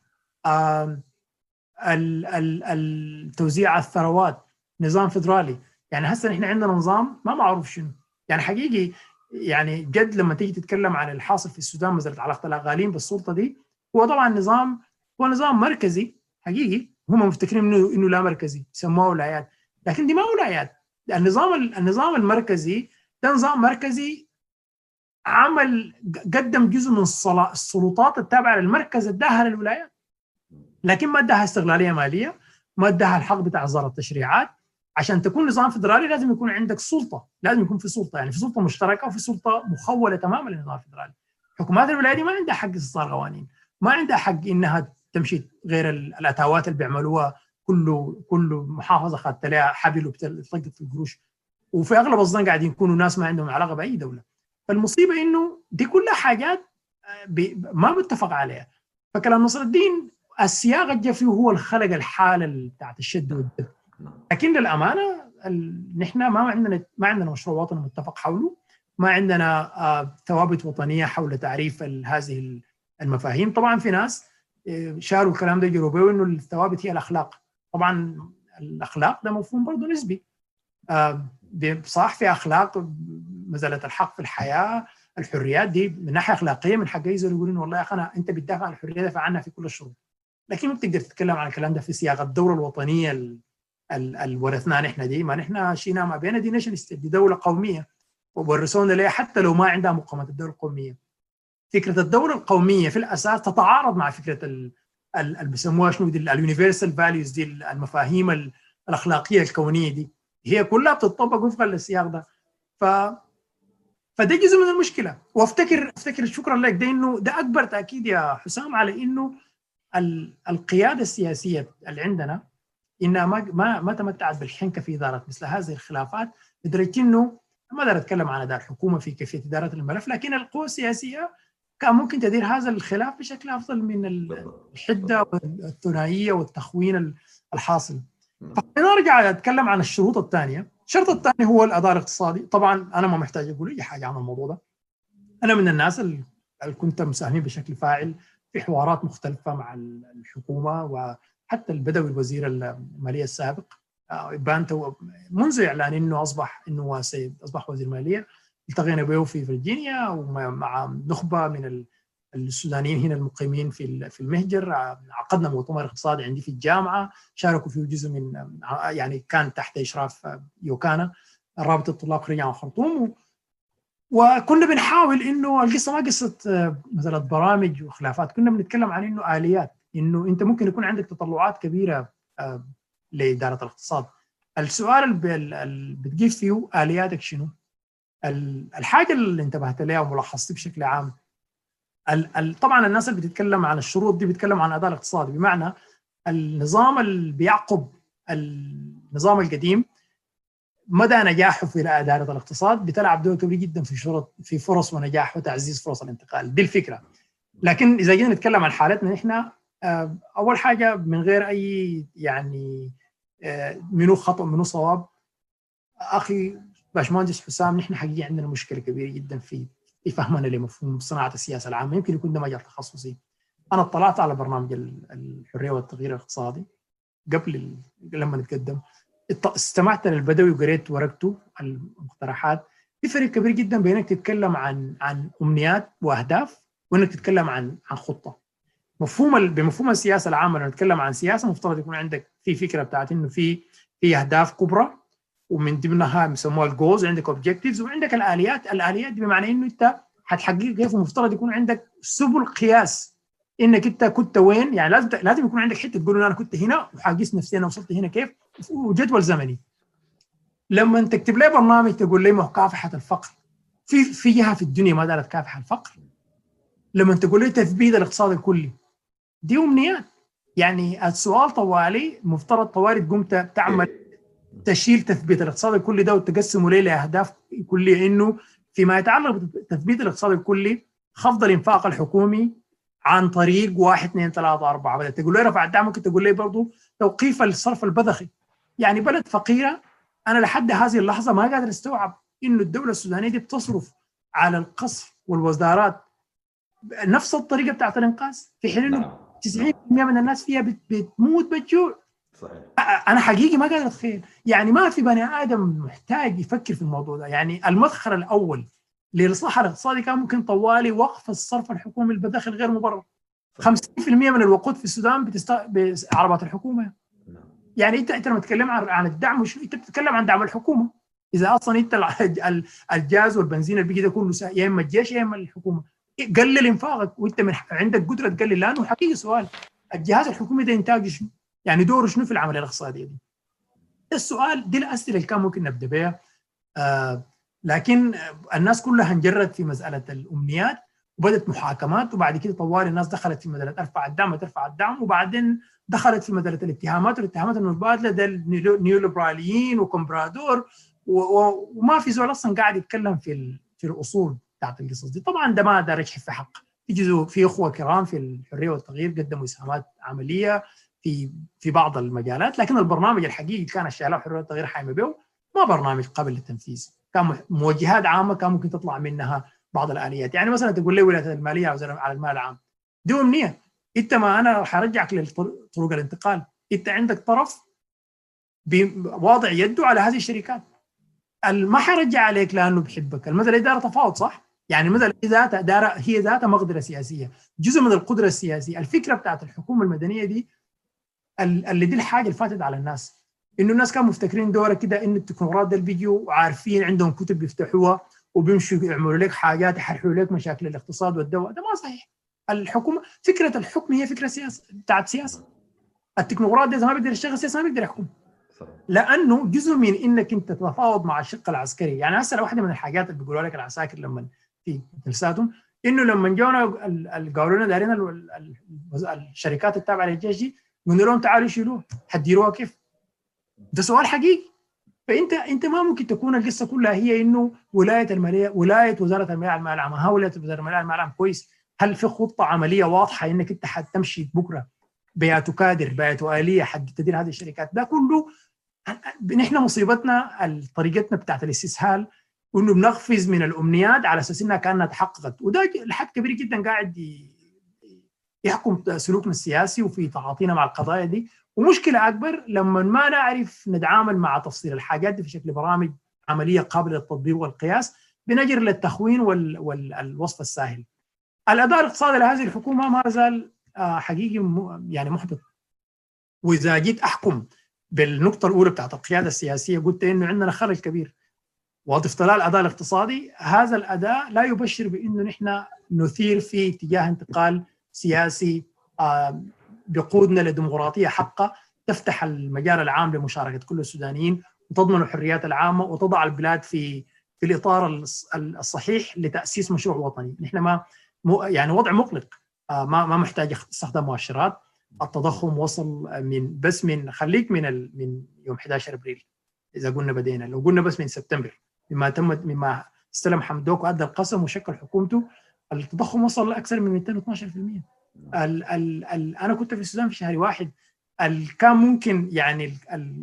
توزيع الثروات، نظام فيدرالي. يعني هسه نحن عندنا نظام ما معروف شنو، يعني حقيقي يعني جد لما تيجي تتكلم عن الحاصل في السودان مساله علاقه الاقاليم بالسلطه دي، هو طبعا هو نظام مركزي حقيقي، هم مفتكرين انه لا مركزي سموه ولايات، لكن دي ما ولايات. النظام المركزي ده نظام مركزي عمل قدم جزء من السلطات التابعه للمركز اداها للولايات، لكن ما اداها استغلاليه ماليه، ما اداها الحق بتاع اصدار التشريعات. عشان تكون نظام فدرالي لازم يكون عندك سلطه، لازم يكون في سلطه، يعني في سلطه مشتركه وفي سلطه مخوله تماما للنظام الفدرالي. حكومات الولايه دي ما عندها حق اصدار قوانين، ما عندها حق انها تمشي غير الاتاوات اللي بيعملوها، كل محافظه خدت لها حبل وبتلقط في القروش، وفي اغلب الظن قاعدين يكونوا ناس ما عندهم علاقه باي دوله. فالمصيبه انه دي كلها حاجات ما متفق عليها. فكلام نصر الدين السياق الجا فيه هو الخلق الحاله بتاعت الشد والجذب، لكن للامانه نحن ما عندنا مشروع وطني متفق حوله، ما عندنا ثوابت وطنيه حول تعريف هذه المفاهيم. طبعا في ناس شالوا الكلام ده جروا به انه الثوابت هي الاخلاق. طبعا الاخلاق ده مفهوم برضه نسبي، صح في اخلاق مساله الحق في الحياه، الحريات دي من ناحيه اخلاقيه من حق يزول يقولون والله يا اخي انت بتدافع عن الحريه دافع عنها في كل الشروط، لكن ما بتقدر تتكلم عن الكلام ده في سياق الدوله الوطنيه اللي ورثناها نحن دي. ما نحن شينا ما بين دي نيشن ستيت، دي دوله قوميه وورثونا ليه حتى لو ما عندها مقومات الدوله القوميه. فكره الدوله القوميه في الاساس تتعارض مع فكره اللي بيسموها شنو دي اليونيفرسال فاليوز، دي المفاهيم الاخلاقيه الكونيه دي، هي كلها بتطبق وفقا للسياق ده. فده جزء من المشكله. وافتكر شكرا لك ده انه ده اكبر تاكيد يا حسام على انه القياده السياسيه اللي عندنا انها ما تمتعت بالحنكه في اداره مثل هذه الخلافات، لدرجه انه ما اقدر اتكلم عن اداء الحكومه في كيفيه اداره الملف، لكن القوى السياسيه كان ممكن تدير هذا الخلاف بشكل افضل من الحده والثنائيه والتخوين الحاصل. فنرجع اتكلم عن الشروط الثانيه. الشرط الثاني هو الاداء الاقتصادي. طبعا انا ما محتاج اقول اي حاجه عن الموضوع ده، انا من الناس اللي كنت مساهمين بشكل فاعل في حوارات مختلفه مع الحكومه، وحتى البدوي الوزير الماليه السابق بان منذ اعلان انه اصبح وزير ماليه، التقينا به في فرجينيا ومع نخبه من السودانيين هنا المقيمين في المهجر، عقدنا مؤتمر اقتصادي عندي في الجامعه، شاركوا فيه جزء من يعني كان تحت اشراف يوكانا رابطه الطلاب خريج الخرطوم، وكنا بنحاول انه القصه ما قصه مثلا برامج وخلافات، كنا بنتكلم عن انه اليات، انه انت ممكن يكون عندك تطلعات كبيره لاداره الاقتصاد. السؤال اللي بتجيب فيه الياتك شنو؟ الحاجه اللي انتبهت لها وملخصتي بشكل عام، طبعا الناس اللي بتتكلم عن الشروط دي بيتكلم عن الاداء الاقتصادي، بمعنى النظام اللي بيعقب النظام القديم مدى نجاحه في اداره الاقتصاد بتلعب دور كبير جدا في فرص ونجاح وتعزيز فرص الانتقال، دي الفكره. لكن اذا جينا نتكلم عن حالتنا نحن، اول حاجه من غير اي يعني منو خطا منو صواب، اخي باشمهندس حسام، نحن حقيقه عندنا مشكله كبيره جدا في فهمنا لمفهوم صناعه السياسه العامه. يمكن يكون ده مجال تخصصي. انا اطلعت على برنامج الحريه والتغيير الاقتصادي قبل لما نتقدم، استمعت للبدوي وقريت ورقته المقترحات. في فرق كبير جدا بين انك تتكلم عن امنيات واهداف وانك تتكلم عن خطه. بمفهوم السياسه العامه، لما نتكلم عن سياسه مفترض يكون عندك في فكره بتاعت انه في اهداف كبرى، ومن ضمنها بيسموها الجولز، عندك اوبجكتيفز، وعندك الاليات دي بمعنى انه انت هتحقق كيف، ومفترض يكون عندك سبل قياس انك انت كنت وين. يعني لازم يكون عندك حته تقول انا كنت هنا وحاقيس نفسي انا وصلت هنا كيف، وجدول زمني. لما تكتب لي برنامج تقول لي مكافحه الفقر، في جهه في الدنيا ما دارت تكافح الفقر. لما تقول لي تثبيت الاقتصاد الكلي، دي امنيات. يعني السؤال طوالي مفترض طوالي تقوم تعمل تشيل تثبيت الاقتصاد الكلي ده وتقسمه ليه لاهداف كليه، انه فيما يتعلق بتثبيت الاقتصاد الكلي خفض الانفاق الحكومي عن طريق 1 2 3 4. بدأت تقول لي رفع الدعم، ممكن تقول لي برضه توقيف الصرف البذخي. يعني بلد فقيره، انا لحد هذه اللحظه ما قادر استوعب انه الدوله السودانيه دي بتصرف على القصف والوزارات نفس الطريقه بتاعت الانقاذ، في حين انه نعم 90% من الناس فيها بتموت بالجوع. صحيح. انا حقيقي ما قادر اتخيل، يعني ما في بني ادم محتاج يفكر في الموضوع ده. يعني المدخل الاول للاصلاح الاقتصادي كان ممكن طوالي وقف الصرف الحكومي للمداخل غير مبرر. 50% من الوقود في السودان بعربات الحكومه. يعني انت لما تتكلم عن الدعم، انت بتتكلم عن دعم الحكومه. اذا اصلا انت الجاز والبنزين اللي بيجي ده كله يا اما الجيش يا اما الحكومه، قلل انفاقك وانت عندك قدره تقلل، لانه حقيقي سؤال الجهاز الحكومي ده انتاجه شنو؟ يعني دوره شنو في العمليه الاقتصاديه دي؟ السؤال دي الاسئله اللي كان ممكن نبدا بها. لكن الناس كلها انجرت في مساله الامنيات وبدت محاكمات، وبعد كده طوال الناس دخلت في مساله ارفع الدعم وترفع الدعم، وبعدين دخلت في مساله الاتهامات والاتهامات المتبادله ده النيوليبراليين وكومبرادور، وما في زول اصلا قاعد يتكلم في الاصول بتاعت القصص دي. طبعا ده ما دار يجحف في حق، في اخوه كرام في الحريه والتغيير قدموا اسهامات عمليه في بعض المجالات، لكن البرنامج الحقيقي كان الشعلاء وحريه والتغيير حايمه به ما برنامج قابل للتنفيذ، كان موجهات عامه كان ممكن تطلع منها بعض الاليات. يعني مثلا تقول لي ولايه الماليه على المال العام دي امنيه، انت ما انا حرجعك لطرق الانتقال، انت عندك طرف واضع يده على هذه الشركات، ما حرجع عليك لانه بحبك، المساله اداره تفاوض صح؟ يعني المساله هي ذاتها مقدره سياسيه، جزء من القدره السياسيه. الفكره بتاعت الحكومه المدنيه دي اللي دي الحاجه اللي فاتت على الناس، انه الناس كانوا مفتكرين دوره كده ان التكنولوجيات دول بيجوا وعارفين عندهم كتب بيفتحوها وبيمشوا يعملوا لك حاجات يحلوا لك مشاكل الاقتصاد والدواء، ده ما صحيح. الحكومه فكره الحكم هي فكره سياسه بتاعت سياسه. التكنولوجيات دي اذا ما بيقدر يشتغل سياسه ما بيقدر يحكم، لانه جزء من انك انت تتفاوض مع الشق العسكري. يعني هسه واحده من الحاجات اللي بيقولوا لك العساكر لما في جلساتهم انه لما جونا قالوا لنا دارين الشركات التابعه للجيش دي، قلنا لهم تعالوا شيلوها، حتديروها كيف؟ ده سؤال حقيقي. فانت ما ممكن تكون القصه كلها هي انه ولايه وزاره الماليه على المال العام، ولايه وزاره الماليه على المال العام كويس. هل في خطه عمليه واضحه انك انت حتمشي بكره بياتوا كادر بياتوا اليه حد تدير هذه الشركات؟ ده كله نحن مصيبتنا طريقتنا بتاعت الاستسهال، وانه بنقفز من الامنيات على اساس انها كانها تحققت، وده لحد كبير جدا قاعد يحكم سلوكنا السياسي وفي تعاطينا مع القضايا دي. ومشكله اكبر لما ما نعرف نتعامل مع تفصيل الحاجات دي في شكل برامج عمليه قابله للتطبيق والقياس، بنجر للتخوين والوصف الساهل. الاداء الاقتصادي لهذه الحكومه ما زال حقيقي يعني محبط. واذا جيت احكم بالنقطه الاولى بتاعت القياده السياسيه، قلت انه عندنا خلل كبير واضفت له الاداء الاقتصادي، هذا الاداء لا يبشر بانه نحن نثير في اتجاه انتقال سياسي بقودنا لديمقراطيه حقه تفتح المجال العام لمشاركه كل السودانيين وتضمن الحريات العامه وتضع البلاد في الاطار الصحيح لتاسيس مشروع وطني. نحن ما يعني وضع مقلق، ما محتاج استخدام مؤشرات. التضخم وصل من خليك من يوم 11 ابريل، اذا قلنا بدينا، لو قلنا بس من سبتمبر مما استلم حمدوك وادى القسم وشكل حكومته، التضخم وصل لاكثر من 212%. انا كنت في السودان في شهر واحد، كان ممكن يعني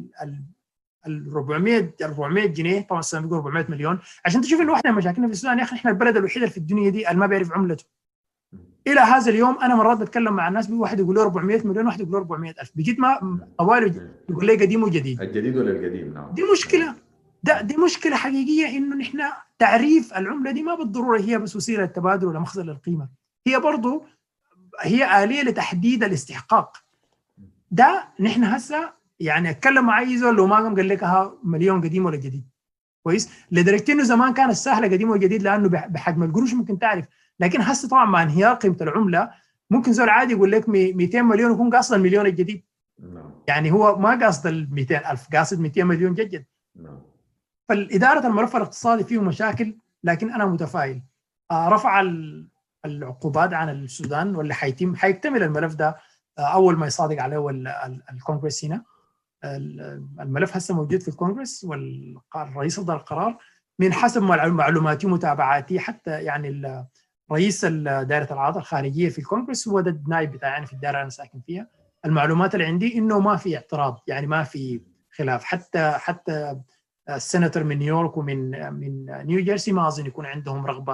ال 400 جنيه، طبعا السودان بيقول 400 مليون، عشان تشوف انه واحده من مشاكلنا في السودان يا اخي احنا البلد الوحيده في الدنيا دي اللي ما بيعرف عملته. الى هذا اليوم انا مرات بتكلم مع الناس، واحد يقول له 400 مليون، واحد يقول له 400,000، بقيت ما طوالي يقول لي قديم وجديد. الجديد ولا القديم؟ نعم. دي مشكله، دي مشكله حقيقيه، انه نحن تعريف العمله دي ما بالضروره هي بس وسيله تبادل ولا مخزن للقيمه، هي برضه هي آلية لتحديد الاستحقاق. ده نحن هسه يعني اتكلم مع اي زول لو ما قال لك مليون قديم ولا جديد كويس، لدرجه انه زمان كان السهله قديم وجديد لانه بحجم القروش ممكن تعرف، لكن هسه طبعا مع انهيار قيمه العمله ممكن زول عادي يقول لك 200 مليون يكون قاصد المليون الجديد. يعني هو ما قاصد ال 200,000، قاصد 200 مليون جديد. فالإدارة الملف الاقتصادي فيه مشاكل، لكن أنا متفائل. رفع العقوبات عن السودان واللي حيكتمل الملف ده أول ما يصادق عليه الكونغرس هنا. الملف هسه موجود في الكونغرس والرئيس صدر القرار من حسب معلوماتي ومتابعاتي، حتى يعني رئيس دائرة العلاقات الخارجية في الكونغرس هو ده النائب بتاعي يعني في الدائرة اللي أنا ساكن فيها. المعلومات اللي عندي إنه ما في اعتراض، يعني ما في خلاف، حتى السيناتور من نيويورك ومن نيو جيرسي ما أظن يكون عندهم رغبة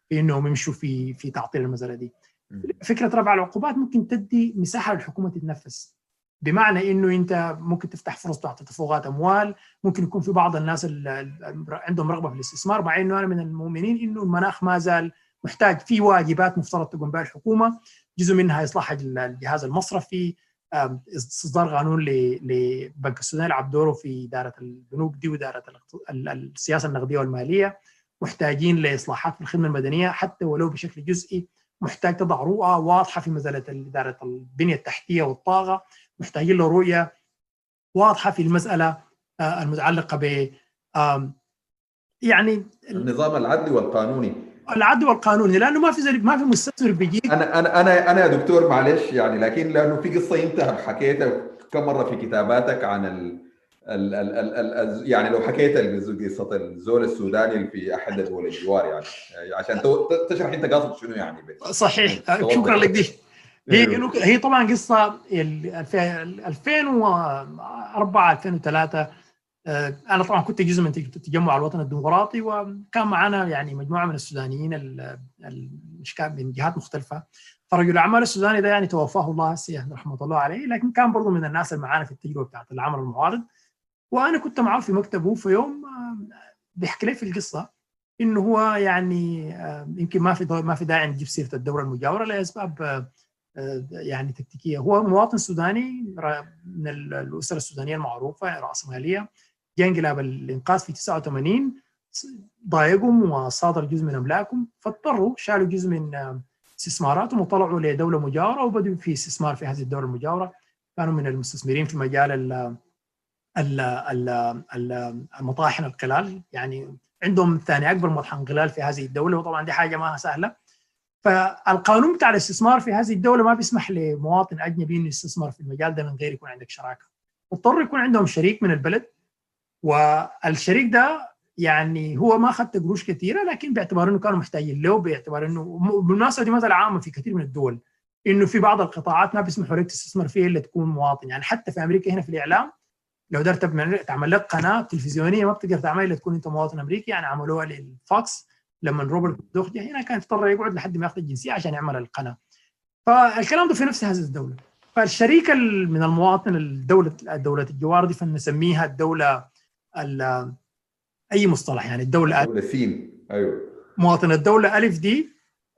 في انهم يمشوا في تعطيل المساله دي. فكره رفع العقوبات ممكن تدي مساحه للحكومه تتنفس، بمعنى انه انت ممكن تفتح فرص تحت تدفقات اموال، ممكن يكون في بعض الناس اللي عندهم رغبه في الاستثمار، مع انه انا من المؤمنين انه المناخ ما زال محتاج في واجبات مفترض تقوم بها الحكومه، جزء منها اصلاح الجهاز المصرفي، استصدار قانون لبنك السودان يلعب دوره في اداره البنوك دي واداره السياسه النقديه والماليه، محتاجين لاصلاحات في الخدمه المدنيه حتى ولو بشكل جزئي، محتاج تضع رؤى واضحه في مساله اداره البنيه التحتيه والطاقه، محتاجين له رؤيه واضحه في المساله المتعلقه ب يعني النظام العدلي والقانوني. العدل والقانوني، لانه ما في مستثمر بيجيك. انا يا دكتور معلش يعني، لكن لانه في قصه انت حكيتها كم مره في كتاباتك عن يعني لو حكيت قصه الزول السوداني اللي في احد دول الجوار يعني عشان تشرح انت قاصد شنو يعني صحيح، شكرا لك. دي هي طبعا قصه 2004 2003. انا طبعا كنت جزء من التجمع الوطني الديمقراطي، وكان معنا يعني مجموعه من السودانيين من جهات مختلفه. فرجل الاعمال السوداني ده يعني توفاه الله هسه رحمه الله عليه، لكن كان برضه من الناس اللي معانا في التجربه بتاعت العمل المعارض. وانا كنت معه في مكتبه في يوم بيحكي لي في القصه انه هو يعني يمكن ما في داعي نجيب سيره الدوله المجاوره لاسباب يعني تكتيكيه. هو مواطن سوداني من الاسره السودانيه المعروفه راسماليه، جاء انقلاب الانقاذ في 89 ضايقهم وصادر جزء من املاكهم، فاضطروا شالوا جزء من استثماراتهم وطلعوا لدوله مجاوره وبدأوا في استثمار في هذه الدوله المجاوره. كانوا من المستثمرين في مجال المطاحن القلال، يعني عندهم ثاني اكبر مطحن قلال في هذه الدوله، وطبعا دي حاجه ما سهله. فالقانون بتاع الاستثمار في هذه الدوله ما بيسمح لمواطن اجنبي انه يستثمر في المجال ده من غير يكون عندك شراكه، اضطر يكون عندهم شريك من البلد، والشريك ده يعني هو ما اخذت قروش كثيره، لكن باعتبار انه كانوا محتاجين له، باعتبار انه بالمناسبه دي مساله عامه في كثير من الدول، انه في بعض القطاعات ما بيسمحوا لك تستثمر فيها الا تكون مواطن. يعني حتى في امريكا هنا في الاعلام لو قدرت تعمل لك قناه تلفزيونيه ما بتقدر تعملها الا تكون انت مواطن امريكي. يعني عملوها للفوكس لما روبرت دوخ جه هنا كان اضطر يقعد لحد ما ياخذ الجنسيه عشان يعمل القناه. فالكلام ده في نفس هذه الدوله. فالشريك من المواطن الدوله الجوار دي فنسميها الدوله اي مصطلح، يعني الدوله سين. ايوه، مواطن الدوله الف دي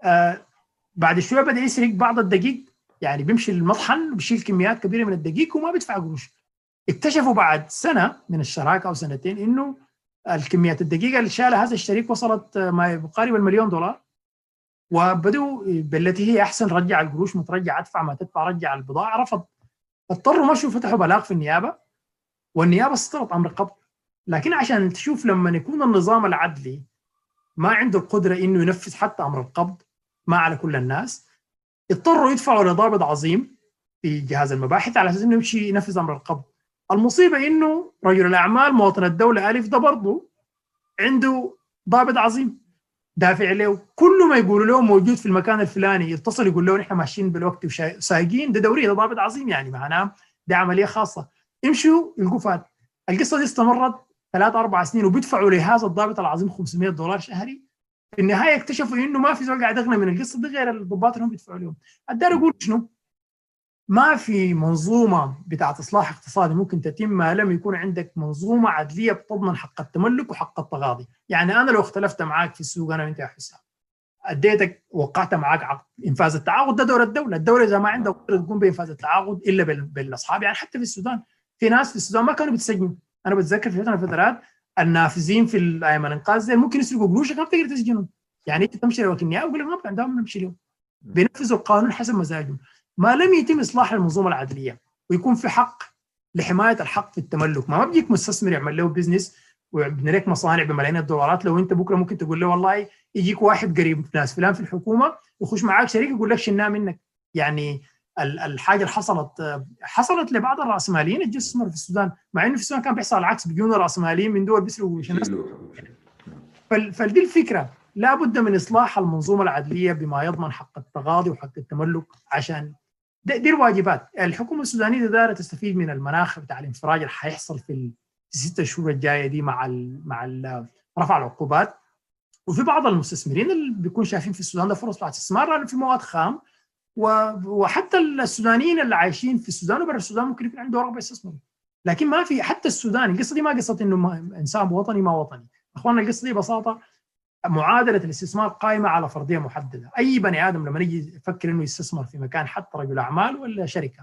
بعد شويه بدا يسرق بعض الدقيق، يعني بيمشي المطحن بيشيل كميات كبيره من الدقيق وما بيدفع قروش. اكتشفوا بعد سنه من الشراكه او سنتين انه الكميات الدقيقه اللي شالها هذا الشريك وصلت ما يقارب $1,000,000، وبدوا بالتي هي احسن رجع القروش مترجع، ادفع ما تدفع، رجع البضاعه. رفض، اضطروا مشوا فتحوا بلاغ في النيابه، والنيابه استطرت امر قبض. لكن عشان تشوف لما يكون النظام العدلي ما عنده القدره انه ينفذ حتى امر القبض ما على كل الناس، اضطروا يدفعوا لضابط عظيم في جهاز المباحث على اساس انه يمشي ينفذ امر القبض. المصيبه انه رجل الاعمال مواطن الدوله الف ده برضه عنده ضابط عظيم دافع له، كل ما يقولوا له موجود في المكان الفلاني يتصل يقول له نحن ماشيين بالوقت وسايقين، ده دوري، ده ضابط عظيم، يعني معناه ده عمليه خاصه. يمشوا يلقوا فات. القصه دي استمرت 3-4 سنين وبيدفعوا لهذا الضابط العظيم $500 شهري. في النهايه اكتشفوا انه ما في زول قاعد يغنى من القصه دي غير الضباط اللي هم بيدفعوا لهم. الدار يقول شنو؟ ما في منظومه بتاعت اصلاح اقتصادي ممكن تتم ما لم يكون عندك منظومه عدليه بتضمن حق التملك وحق التغاضي. يعني انا لو اختلفت معاك في السوق انا وانت يا حسام، اديتك وقعت معاك عقد انفاذ التعاقد، ده دور الدوله اذا ما عندها قدره تقوم بانفاذ التعاقد الا بالاصحاب. يعني حتى في السودان في ناس في السودان ما كانوا بيتسجنوا. انا بتذكر في فتره من الفترات النافذين في الايام الانقاذ زي ممكن يسرقوا قروشك ما بتقدر تسجنهم. يعني انت تمشي لوكيل نيابه يقول لك ما عندهم نمشي لهم، بينفذوا القانون حسب مزاجهم. ما لم يتم اصلاح المنظومه العدليه ويكون في حق لحمايه الحق في التملك، ما بيجيك مستثمر يعمل له بزنس ويبني لك مصانع بملايين الدولارات، لو انت بكره ممكن تقول له والله يجيك واحد قريب ناس فلان في الحكومه يخش معاك شريك يقول لك شلناه منك. يعني الحاجه اللي حصلت لبعض الراسماليين اللي استثمروا في السودان، مع انه في السودان كان بيحصل العكس، بيجونا راسماليين من دول بيسرقوا. فدي الفكره، لابد من اصلاح المنظومه العدليه بما يضمن حق التغاضي وحق التملك. عشان دي الواجبات. الحكومه السودانيه دايره تستفيد من المناخ بتاع الانفراج اللي حيحصل في ال6 شهور الجايه دي مع رفع العقوبات، وفي بعض المستثمرين اللي بيكون شايفين في السودان ده فرص بتاعت استثمار، لانه في مواد خام، وحتى السودانيين اللي عايشين في السودان وبرا السودان ممكن يكون عنده رغبه يستثمروا. لكن ما في حتى السودان، القصه دي ما قصه انه انسان وطني ما وطني، اخواننا القصه دي ببساطه معادله الاستثمار قائمه على فرضيه محدده. اي بني ادم لما يجي يفكر انه يستثمر في مكان، حتى رجل اعمال ولا شركه،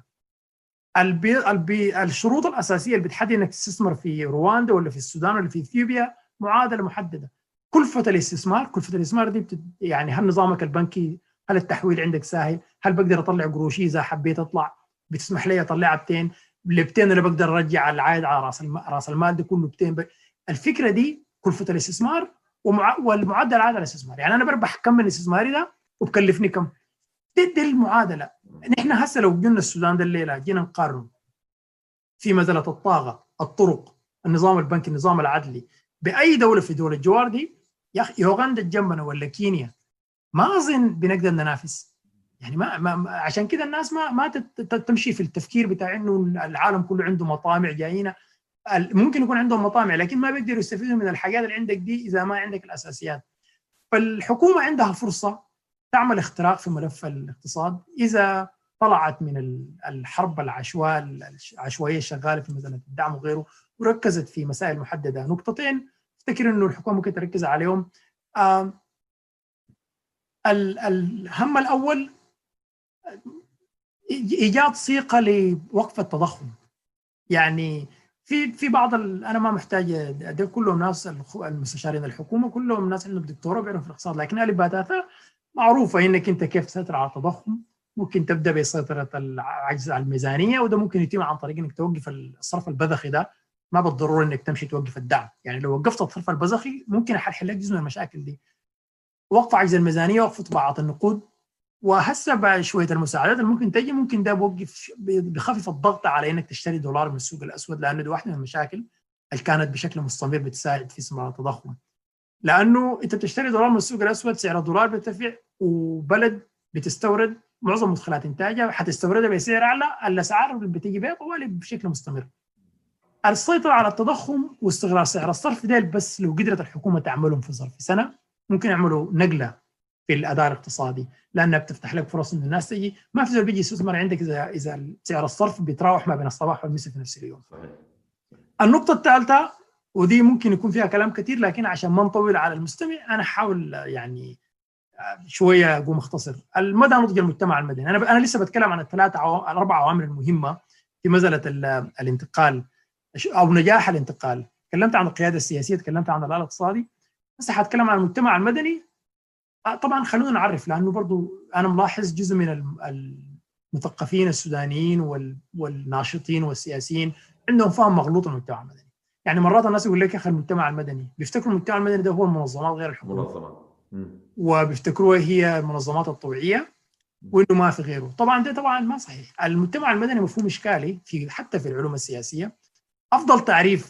الشروط الاساسيه اللي بتحدد انك تستثمر في رواندا ولا في السودان ولا في اثيوبيا معادله محدده. كلفه الاستثمار دي يعني هل نظامك البنكي، هل التحويل عندك سهل، هل بقدر اطلع قروشي اذا حبيت اطلع، بتسمح لي اطلعها بتين اللي بقدر ارجع العائد على راس المال ده كله بتين. الفكره دي كلفه الاستثمار والمعدل العائد على الاستثمار. يعني انا بربح كم من استثماري ده وبكلفني كم. دي المعادله. نحن هسه لو جينا السودان ده الليله جينا نقارن في مساله الطاقه، الطرق، النظام البنكي، النظام العدلي باي دوله في دول الجوار دي، يا اخي يوغندا جنبنا ولا كينيا، ما اظن بنقدر ننافس. يعني ما عشان كده الناس ما تمشي في التفكير بتاع انه العالم كله عنده مطامع جايين. ممكن يكون عندهم مطامع لكن ما بيقدروا يستفيدوا من الحاجات اللي عندك دي اذا ما عندك الاساسيات. فالحكومه عندها فرصه تعمل اختراق في ملف الاقتصاد اذا طلعت من الحرب العشوائيه الشغاله في مساله الدعم وغيره، وركزت في مسائل محدده. نقطتين افتكر انه الحكومه ممكن تركز عليهم. الهم الاول ايجاد صيغه لوقف التضخم. يعني في بعض انا ما محتاج، ده كلهم ناس المستشارين الحكومه كلهم ناس عندهم دكتوراه بيعرفوا في الاقتصاد، لكن الباتاتا معروفه انك انت كيف تسيطر على التضخم. ممكن تبدا بسيطره العجز على الميزانيه، وده ممكن يتم عن طريق انك توقف الصرف البذخي ده. ما بالضروره انك تمشي توقف الدعم، يعني لو وقفت الصرف البذخي ممكن احل لك جزء من المشاكل دي. وقف عجز الميزانيه، وقف طباعه النقود، وهسه بعد شويه المساعدات اللي ممكن تجي، ممكن ده بخفف الضغط على انك تشتري دولار من السوق الاسود، لانه دي واحده من المشاكل اللي كانت بشكل مستمر بتساعد في استمرار التضخم. لانه انت بتشتري دولار من السوق الاسود، سعر الدولار بيرتفع، وبلد بتستورد معظم مدخلات انتاجها حتستوردها بسعر اعلى، الاسعار اللي بتيجي بها طوالي بشكل مستمر. السيطره على التضخم واستقرار سعر الصرف ده بس لو قدرت الحكومه تعملهم في ظرف سنه ممكن يعملوا نقله في الاداء الاقتصادي، لانها بتفتح لك فرص ان الناس تجي. ما في زول بيجي يستثمر عندك اذا سعر الصرف بيتراوح ما بين الصباح والمساء في نفس اليوم. النقطه الثالثه، ودي ممكن يكون فيها كلام كثير لكن عشان ما نطول على المستمع انا احاول يعني شويه اقوم اختصر. المدى نضج المجتمع المدني. انا لسه بتكلم عن الاربع عوامل المهمه في مساله الانتقال او نجاح الانتقال. تكلمت عن القياده السياسيه، تكلمت عن الاداء الاقتصادي، هسه حاتكلم عن المجتمع المدني. طبعا خلونا نعرف، لانه برضو انا ملاحظ جزء من المثقفين السودانيين والناشطين والسياسيين عندهم فهم مغلوط عن المجتمع المدني. يعني مرات الناس يقول لك يا اخي المجتمع المدني، بيفتكروا المجتمع المدني ده هو المنظمات غير الحكوميه، وبيفتكروها هي المنظمات الطوعيه وانه ما في غيره. طبعا ده طبعا ما صحيح. المجتمع المدني مفهوم اشكالي حتى في العلوم السياسيه. افضل تعريف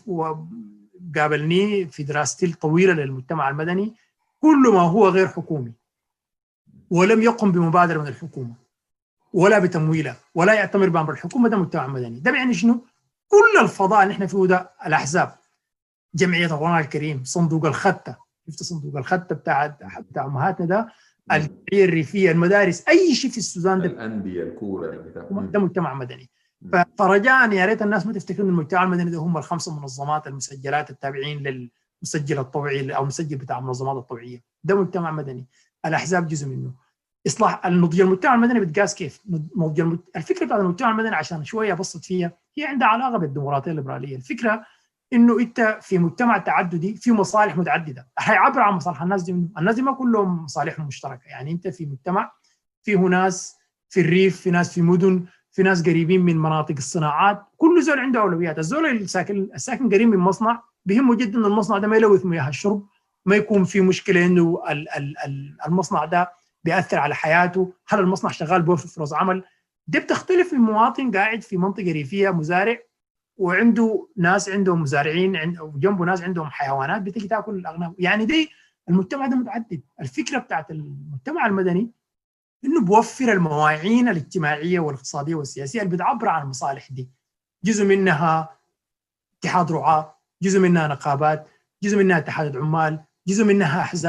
وقابلني في دراستي الطويله للمجتمع المدني: كل ما هو غير حكومي ولم يقم بمبادره من الحكومه ولا بتمويلها ولا يعتمر بامر الحكومه، ده مجتمع مدني. ده يعني شنو؟ كل الفضاء اللي احنا فيه ده، الاحزاب، جمعيه القرآن الكريم، صندوق الخطه، شفت صندوق الخطه بتاع امهاتنا ده، الجمعيه الريفيه، المدارس، اي شيء في السودان ده، الانديه، الكوره، ده مجتمع مدني. فرجاء يا ريت الناس ما تفتكر ان المجتمع المدني ده هم الخمسه منظمات المسجلات التابعين للمسجل الطوعي او المسجل بتاع المنظمات الطوعيه. ده مجتمع مدني. الاحزاب جزء منه. اصلاح النضج المجتمع المدني بتقاس كيف؟ الفكره بتاعت المجتمع المدني عشان شويه ابسط فيها، هي عندها علاقه بالديمقراطيه الليبراليه. الفكره انه انت في مجتمع تعددي في مصالح متعدده، هيعبر عن مصالح الناس دي منه. الناس دي ما كلهم مصالحهم مشتركه. يعني انت في مجتمع فيه ناس في الريف، في ناس في مدن، في ناس قريبين من مناطق الصناعات، كل زول عنده اولويات. الزول الساكن قريب من مصنع بيهمه جدا ان المصنع ده ما يلوث مياه الشرب، ما يكون في مشكله انه المصنع ده بيأثر على حياته، هل المصنع شغال بيوفر فرص عمل. دي بتختلف من مواطن قاعد في منطقه ريفيه مزارع وعنده ناس عندهم مزارعين وجنبه ناس عندهم حيوانات بتيجي تاكل الاغنام. يعني دي المجتمع ده متعدد. الفكره بتاعت المجتمع المدني انه بوفر المواعين الاجتماعيه والاقتصاديه والسياسيه اللي بتعبر عن المصالح دي. جزء منها اتحاد رعاه، جزء منها نقابات، جزء منها اتحاد عمال، جزء منها احزاب.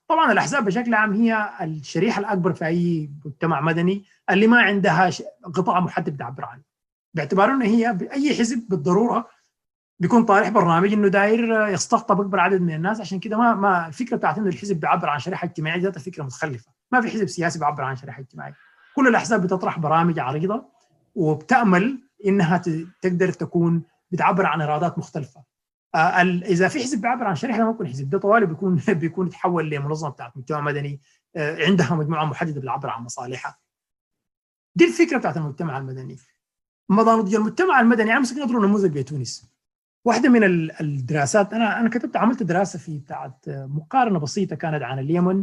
طبعا الأحزاب بشكل عام هي الشريحة الأكبر في أي مجتمع مدني اللي ما عندها قطاع محدد تعبر عنه، باعتبار أنه هي أي حزب بالضرورة بيكون طارح برنامج انه داير يستقطب اكبر عدد من الناس. عشان كده ما الفكره بتاعت انه الحزب بيعبر عن شريحه اجتماعيه ذاتها فكره متخلفه. ما في حزب سياسي بيعبر عن شريحه اجتماعيه. كل الاحزاب بتطرح برامج عريضه وبتامل انها تقدر تكون بتعبر عن ارادات مختلفه. اذا في حزب بيعبر عن شريحه ما يكون حزب، ده طوالي بيكون يتحول لمنظمه بتاعت مجتمع مدني عندها مجموعه محدده بتعبر عن مصالحها. دي الفكره بتاعت المجتمع المدني. مدى نضج المجتمع المدني يعني مثلا نضرب نموذج بتونس. واحدة من الدراسات أنا كتبت عملت دراسة في بتاعت مقارنة بسيطة كانت عن اليمن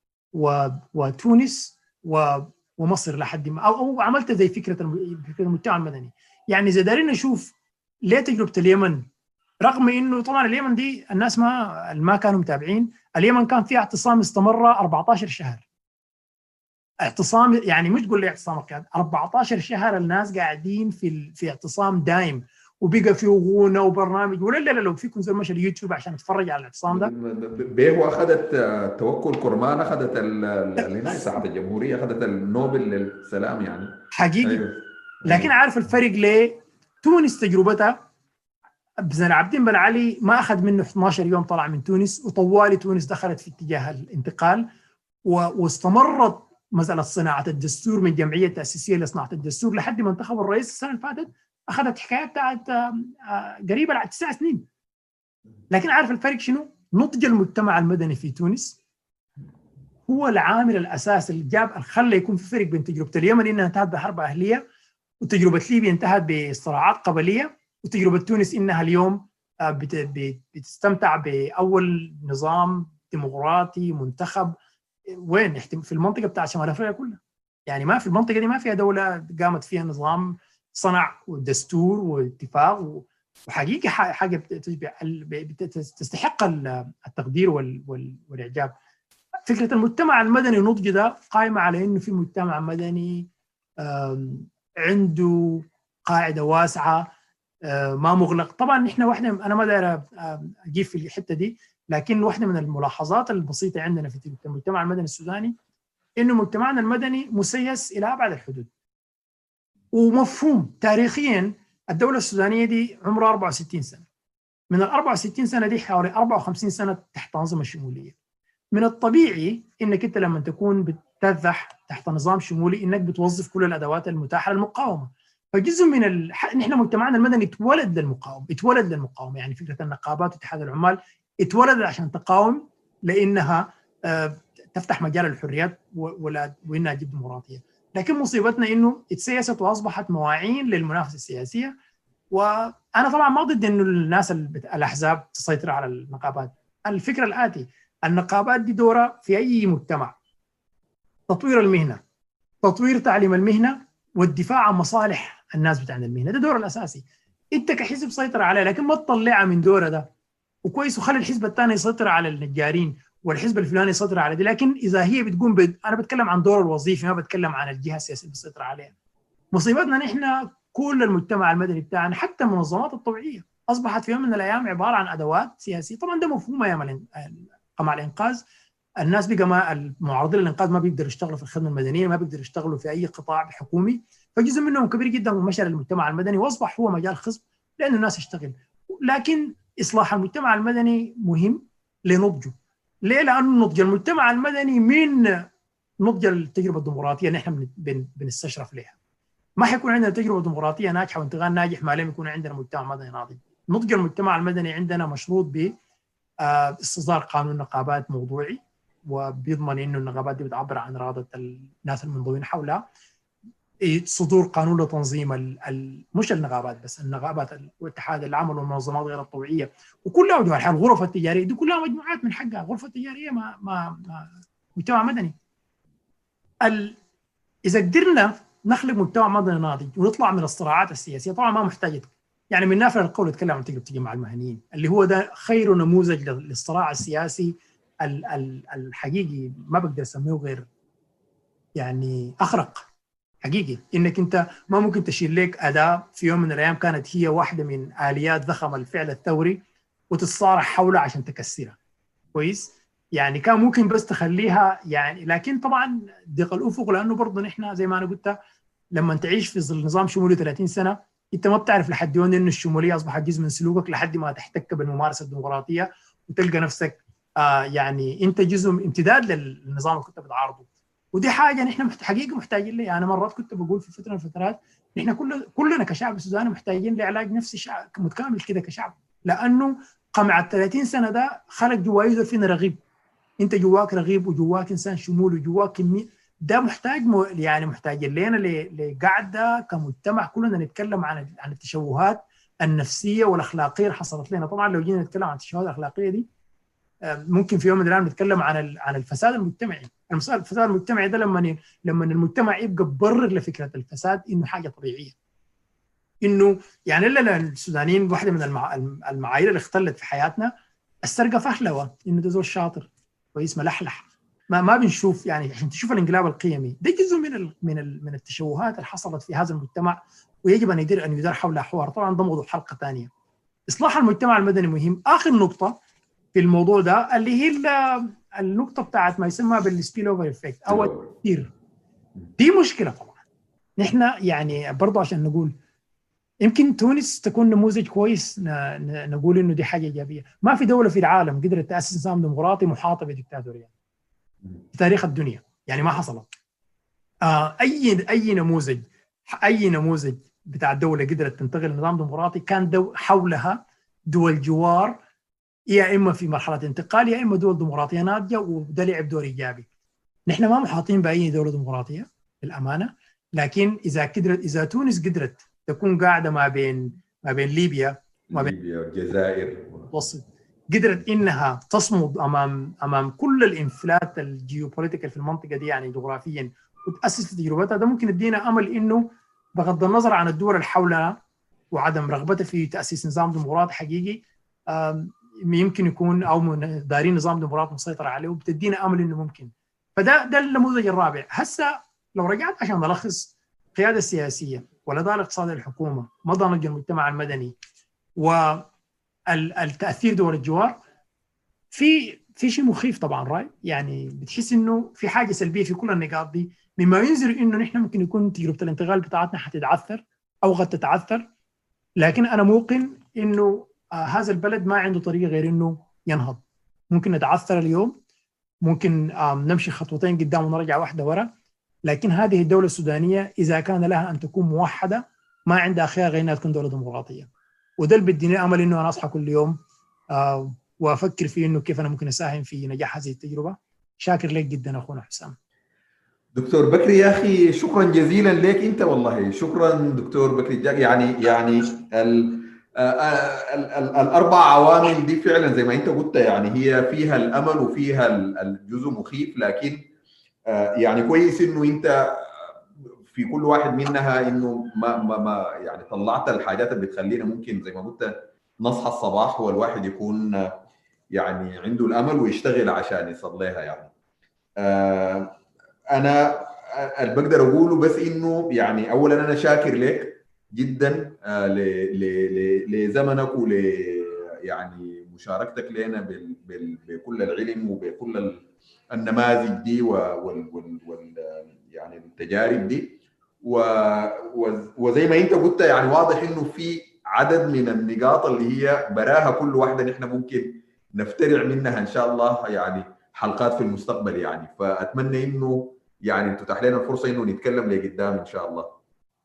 وتونس ومصر لحد ما أو عملت زي فكرة المجتمع المدني. يعني إذا دارين نشوف ليه تجربة اليمن، رغم إنه طبعا اليمن دي الناس ما كانوا متابعين، اليمن كان فيها اعتصام استمر 14 شهر. اعتصام يعني مش تقول لي اعتصام القيادة، 14 شهر الناس قاعدين في اعتصام دايم، وبقى في غونه وبرنامج ولا لو فيكم زي مشى اليوتيوب عشان اتفرج على الاعتصام ده. بيه اخذت توكل كرمان، اخذت هنا ساعه الجمهوريه، اخذت النوبل للسلام يعني حقيقي. أيوه. لكن عارف الفرق ليه؟ تونس تجربتها زين العابدين بن علي ما اخذ منه 12 يوم طلع من تونس، وطوالي تونس دخلت في اتجاه الانتقال واستمرت مساله صناعه الدستور من جمعيه تاسيسيه لصناعه الدستور لحد ما انتخب الرئيس السنه اللي فاتت. اخذت حكايه بتاعت قريبه على 9 سنين. لكن عارف الفرق شنو؟ نضج المجتمع المدني في تونس هو العامل الاساسي اللي جاب خلى يكون في فرق بين تجربه اليمن انها انتهت بحرب اهليه، وتجربه ليبيا انتهت بصراعات قبليه، وتجربه تونس انها اليوم بتستمتع باول نظام ديمقراطي منتخب وين في المنطقه بتاعت شمال افريقيا كلها. يعني ما في المنطقه دي ما فيها دوله قامت فيها نظام صنع ودستور واتفاق وحقيقه حاجه تستحق التقدير والاعجاب. فكره المجتمع المدني نضج ده قائمه على انه في مجتمع مدني عنده قاعده واسعه، ما مغلق. طبعا احنا واحده انا ما داير اجيب في الحته دي، لكن واحده من الملاحظات البسيطه عندنا في المجتمع المدني السوداني انه مجتمعنا المدني مسيس الى ابعد الحدود ومفهوم. تاريخيا الدوله السودانيه دي عمرها 64 سنه، من ال 64 سنه دي حوالي 54 سنه تحت انظمه شموليه. من الطبيعي انك انت لما تكون بتذح تحت نظام شمولي انك بتوظف كل الادوات المتاحه للمقاومه. فجزء من نحن مجتمعنا المدني اتولد للمقاومه، يعني فكره النقابات واتحاد العمال اتولد عشان تقاوم، لانها تفتح مجال الحريات وانها تجيب ديمقراطيه. لكن مصيبتنا انه اتسيست واصبحت مواعين للمنافسه السياسيه. وانا طبعا ما ضد انه الناس الاحزاب تسيطر على النقابات. الفكره الاتي: النقابات دي دورها في اي مجتمع تطوير المهنه، تطوير تعليم المهنه، والدفاع عن مصالح الناس بتاع المهنه. ده دور الاساسي. انت كحزب سيطر عليه، لكن ما تطلعها من دوره ده وكويس وخلي الحزب الثاني يسيطر على النجارين والحزب الفلاني يسيطر على دي. لكن اذا هي بتقوم انا بتكلم عن دور الوظيفي، ما بتكلم عن الجهه السياسيه اللي بتسيطر عليها. مصيبتنا نحن كل المجتمع المدني بتاعنا حتى المنظمات الطوعيه اصبحت في يوم من الايام عباره عن ادوات سياسيه. طبعا ده مفهوم ايام قمع الانقاذ. الناس بقى ما المعارضين للانقاذ ما بيقدروا يشتغلوا في الخدمه المدنيه، ما بيقدروا يشتغلوا في اي قطاع حكومي، فجزء منهم كبير جدا مشى للمجتمع المدني واصبح هو مجال خصب لانه الناس تشتغل. لكن اصلاح المجتمع المدني مهم لنضجه. ليه؟ لانه نضج المجتمع المدني من نضج التجربه الديمقراطيه اللي احنا بنستشرف لها. ما حيكون عندنا تجربه ديمقراطيه ناجحه وانتقال ناجح ما لم يكون عندنا مجتمع مدني ناضج. نضج المجتمع المدني عندنا مشروط ب استصدار قانون نقابات موضوعي وبيضمن انه النقابات دي بتعبر عن اراده الناس المنضوين حولها. صدور قانون لتنظيم مش النقابات بس، النقابات واتحاد العمل والمنظمات غير الطوعيه وكلها وجوه الحال. الغرف التجاريه دي كلها مجموعات من حقها. غرفه تجاريه ما مجتمع مدني. اذا قدرنا نخلق مجتمع مدني ناضج ونطلع من الصراعات السياسيه، طبعا ما محتاج يعني من نافع القول يتكلم عن تجربه الجماعه المهنيين اللي هو ده خير نموذج للصراع السياسي الحقيقي. ما بقدر اسميه غير يعني اخرق حقيقي. انك انت ما ممكن تشيل لك اداه في يوم من الايام كانت هي واحده من اليات ضخم الفعل الثوري وتتصارع حولها عشان تكسرها كويس. يعني كان ممكن بس تخليها يعني، لكن طبعا ضيق الافق، لانه برضه نحن زي ما انا قلت لما تعيش في ظل نظام شمولي 30 سنه انت ما بتعرف لحد وين انه الشموليه اصبحت جزء من سلوكك لحد ما تحتك بالممارسه الديمقراطيه وتلقى نفسك يعني انت جزء امتداد للنظام اللي كنت بتعارضه. ودي حاجه نحن حقيقه محتاجين لها. انا مرات كنت بقول في فتره من الفترات نحن كلنا كشعب سوداني محتاجين لعلاج نفسي متكامل كده كشعب، لانه قمع ال 30 سنه ده خلق جوايزه فينا رغيب. انت جواك رغيب وجواك انسان شمول وجواك كميه. ده محتاج يعني محتاجين لنا لقعده كمجتمع كلنا نتكلم عن التشوهات النفسيه والاخلاقيه اللي حصلت لنا. طبعا لو جينا نتكلم عن التشوهات الاخلاقيه دي ممكن في يوم من الايام نتكلم عن الفساد المجتمعي. الفساد المجتمعي ده لما المجتمع يبقى ببرر لفكره الفساد انه حاجه طبيعيه، انه يعني الا السودانيين واحده من المعايير اللي اختلت في حياتنا السرقه فهلوه، انه ده زول شاطر كويس ملحلح. ما بنشوف يعني عشان تشوف الانقلاب القيمي ده جزء من التشوهات اللي حصلت في هذا المجتمع، ويجب ان يدار حولها حوار. طبعا ده موضوع حلقه ثانيه. اصلاح المجتمع المدني مهم. اخر نقطه في الموضوع ده اللي هي النقطه بتاعت ما يسمى بالسبيل اوفر افكت او التأثير. دي مشكله طبعا. نحن يعني برضه عشان نقول يمكن تونس تكون نموذج كويس نقول انه دي حاجه ايجابيه. ما في دوله في العالم قدرت تاسس نظام ديمقراطي محاطه بديكتاتوريه في تاريخ الدنيا، يعني ما حصلت. اي نموذج بتاع الدوله قدرت تنتقل لنظام ديمقراطي كان حولها دول جوار، يا اما في مرحله انتقال يا اما دول ديمقراطيه ناضجه، وده لعب دور ايجابي. نحن ما محاطين باي دوله ديمقراطيه للامانه، لكن اذا تونس قدرت تكون قاعده ما بين ليبيا والجزائر المتوسط، قدرت انها تصمد امام كل الانفلات الجيوبوليتيكال في المنطقه دي يعني جغرافيا وتاسس تجربتها، ده ممكن يدينا امل انه بغض النظر عن الدول اللي حولها وعدم رغبتها في تاسيس نظام ديمقراطي حقيقي يمكن يكون او دايرين نظام ديمقراطي مسيطر عليه، وبتدينا امل انه ممكن. فده النموذج الرابع. هسه لو رجعت عشان نلخص القياده السياسيه والاداره الاقتصاديه للحكومه، مدى نضج المجتمع المدني، والتاثير دول الجوار، في شيء مخيف طبعا راي، يعني بتحس انه في حاجه سلبيه في كل النقاط دي، مما ينذر انه نحن ممكن يكون تجربه الانتقال بتاعتنا حتتعثر او قد تتعثر. لكن انا موقن انه هذا البلد ما عنده طريقه غير انه ينهض. ممكن نتعثر اليوم، ممكن نمشي خطوتين قدام ونرجع واحده ورا، لكن هذه الدوله السودانيه اذا كان لها ان تكون موحده ما عندها خيار غير انها تكون دوله ديمقراطيه. وده اللي بديني امل انه انا اصحى كل يوم وافكر في انه كيف انا ممكن اساهم في نجاح هذه التجربه. شاكر لك جدا اخونا حسام. دكتور بكري يا اخي شكرا جزيلا لك انت، والله شكرا دكتور بكري. يعني الاربع عوامل دي فعلا زي ما انت قلت، يعني هي فيها الامل وفيها الجزء مخيف، لكن يعني كويس انه انت في كل واحد منها انه ما يعني طلعت الحاجات اللي بتخلينا ممكن زي ما قلت نصحى الصباح والواحد يكون يعني عنده الامل ويشتغل عشان يصل لها. يعني انا اللي بقدر اقوله بس انه يعني اولا انا شاكر لك جدا لزمنك ول يعني مشاركتك لنا بكل العلم وبكل النماذج دي يعني التجارب دي، وزي ما انت قلت يعني واضح انه في عدد من النقاط اللي هي براها كل واحده نحن ممكن نفترع منها ان شاء الله يعني حلقات في المستقبل. يعني فاتمنى انه يعني تتاح لنا الفرصه انه نتكلم لقدام ان شاء الله.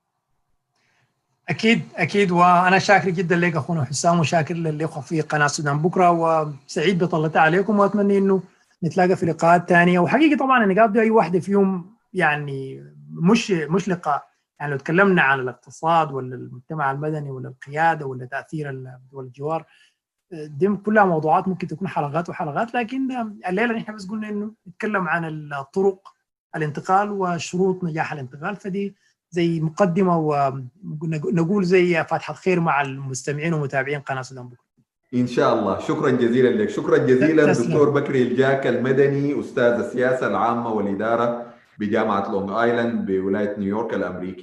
اكيد وانا شاكر جدا لك اخونا حسام، وشاكر للاخوه في قناه سودان بكره، وسعيد بطلتها عليكم، واتمنى انه نتلاقى في لقاءات ثانيه. وحقيقه طبعا النقاط دي اي واحده فيهم يعني مش لقاء، يعني لو تكلمنا عن الاقتصاد ولا المجتمع المدني ولا القياده ولا تاثير دول الجوار، دي كلها موضوعات ممكن تكون حلقات وحلقات، لكن الليله نحن بس قلنا انه نتكلم عن الطرق الانتقال وشروط نجاح الانتقال. فدي زي مقدمه ونقول زي فاتحه خير مع المستمعين ومتابعين قناه سودان بكره. ان شاء الله. شكرا جزيلا لك. شكرا جزيلا دكتور بكري الجاك المدني، استاذ السياسه العامه والاداره بجامعه لونج ايلاند بولايه نيويورك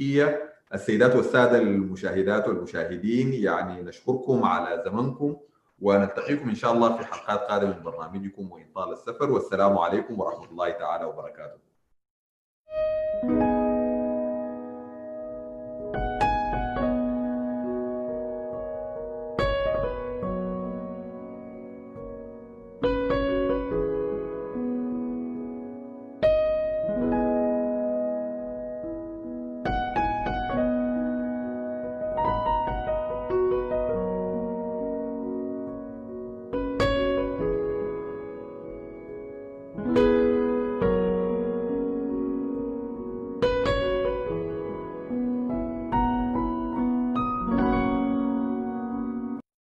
الامريكيه. السيدات والساده المشاهدات والمشاهدين، يعني نشكركم على زمنكم ونلتقيكم إن شاء الله في حلقات قادمة من برنامجكم وإن طال السفر، والسلام عليكم ورحمة الله تعالى وبركاته.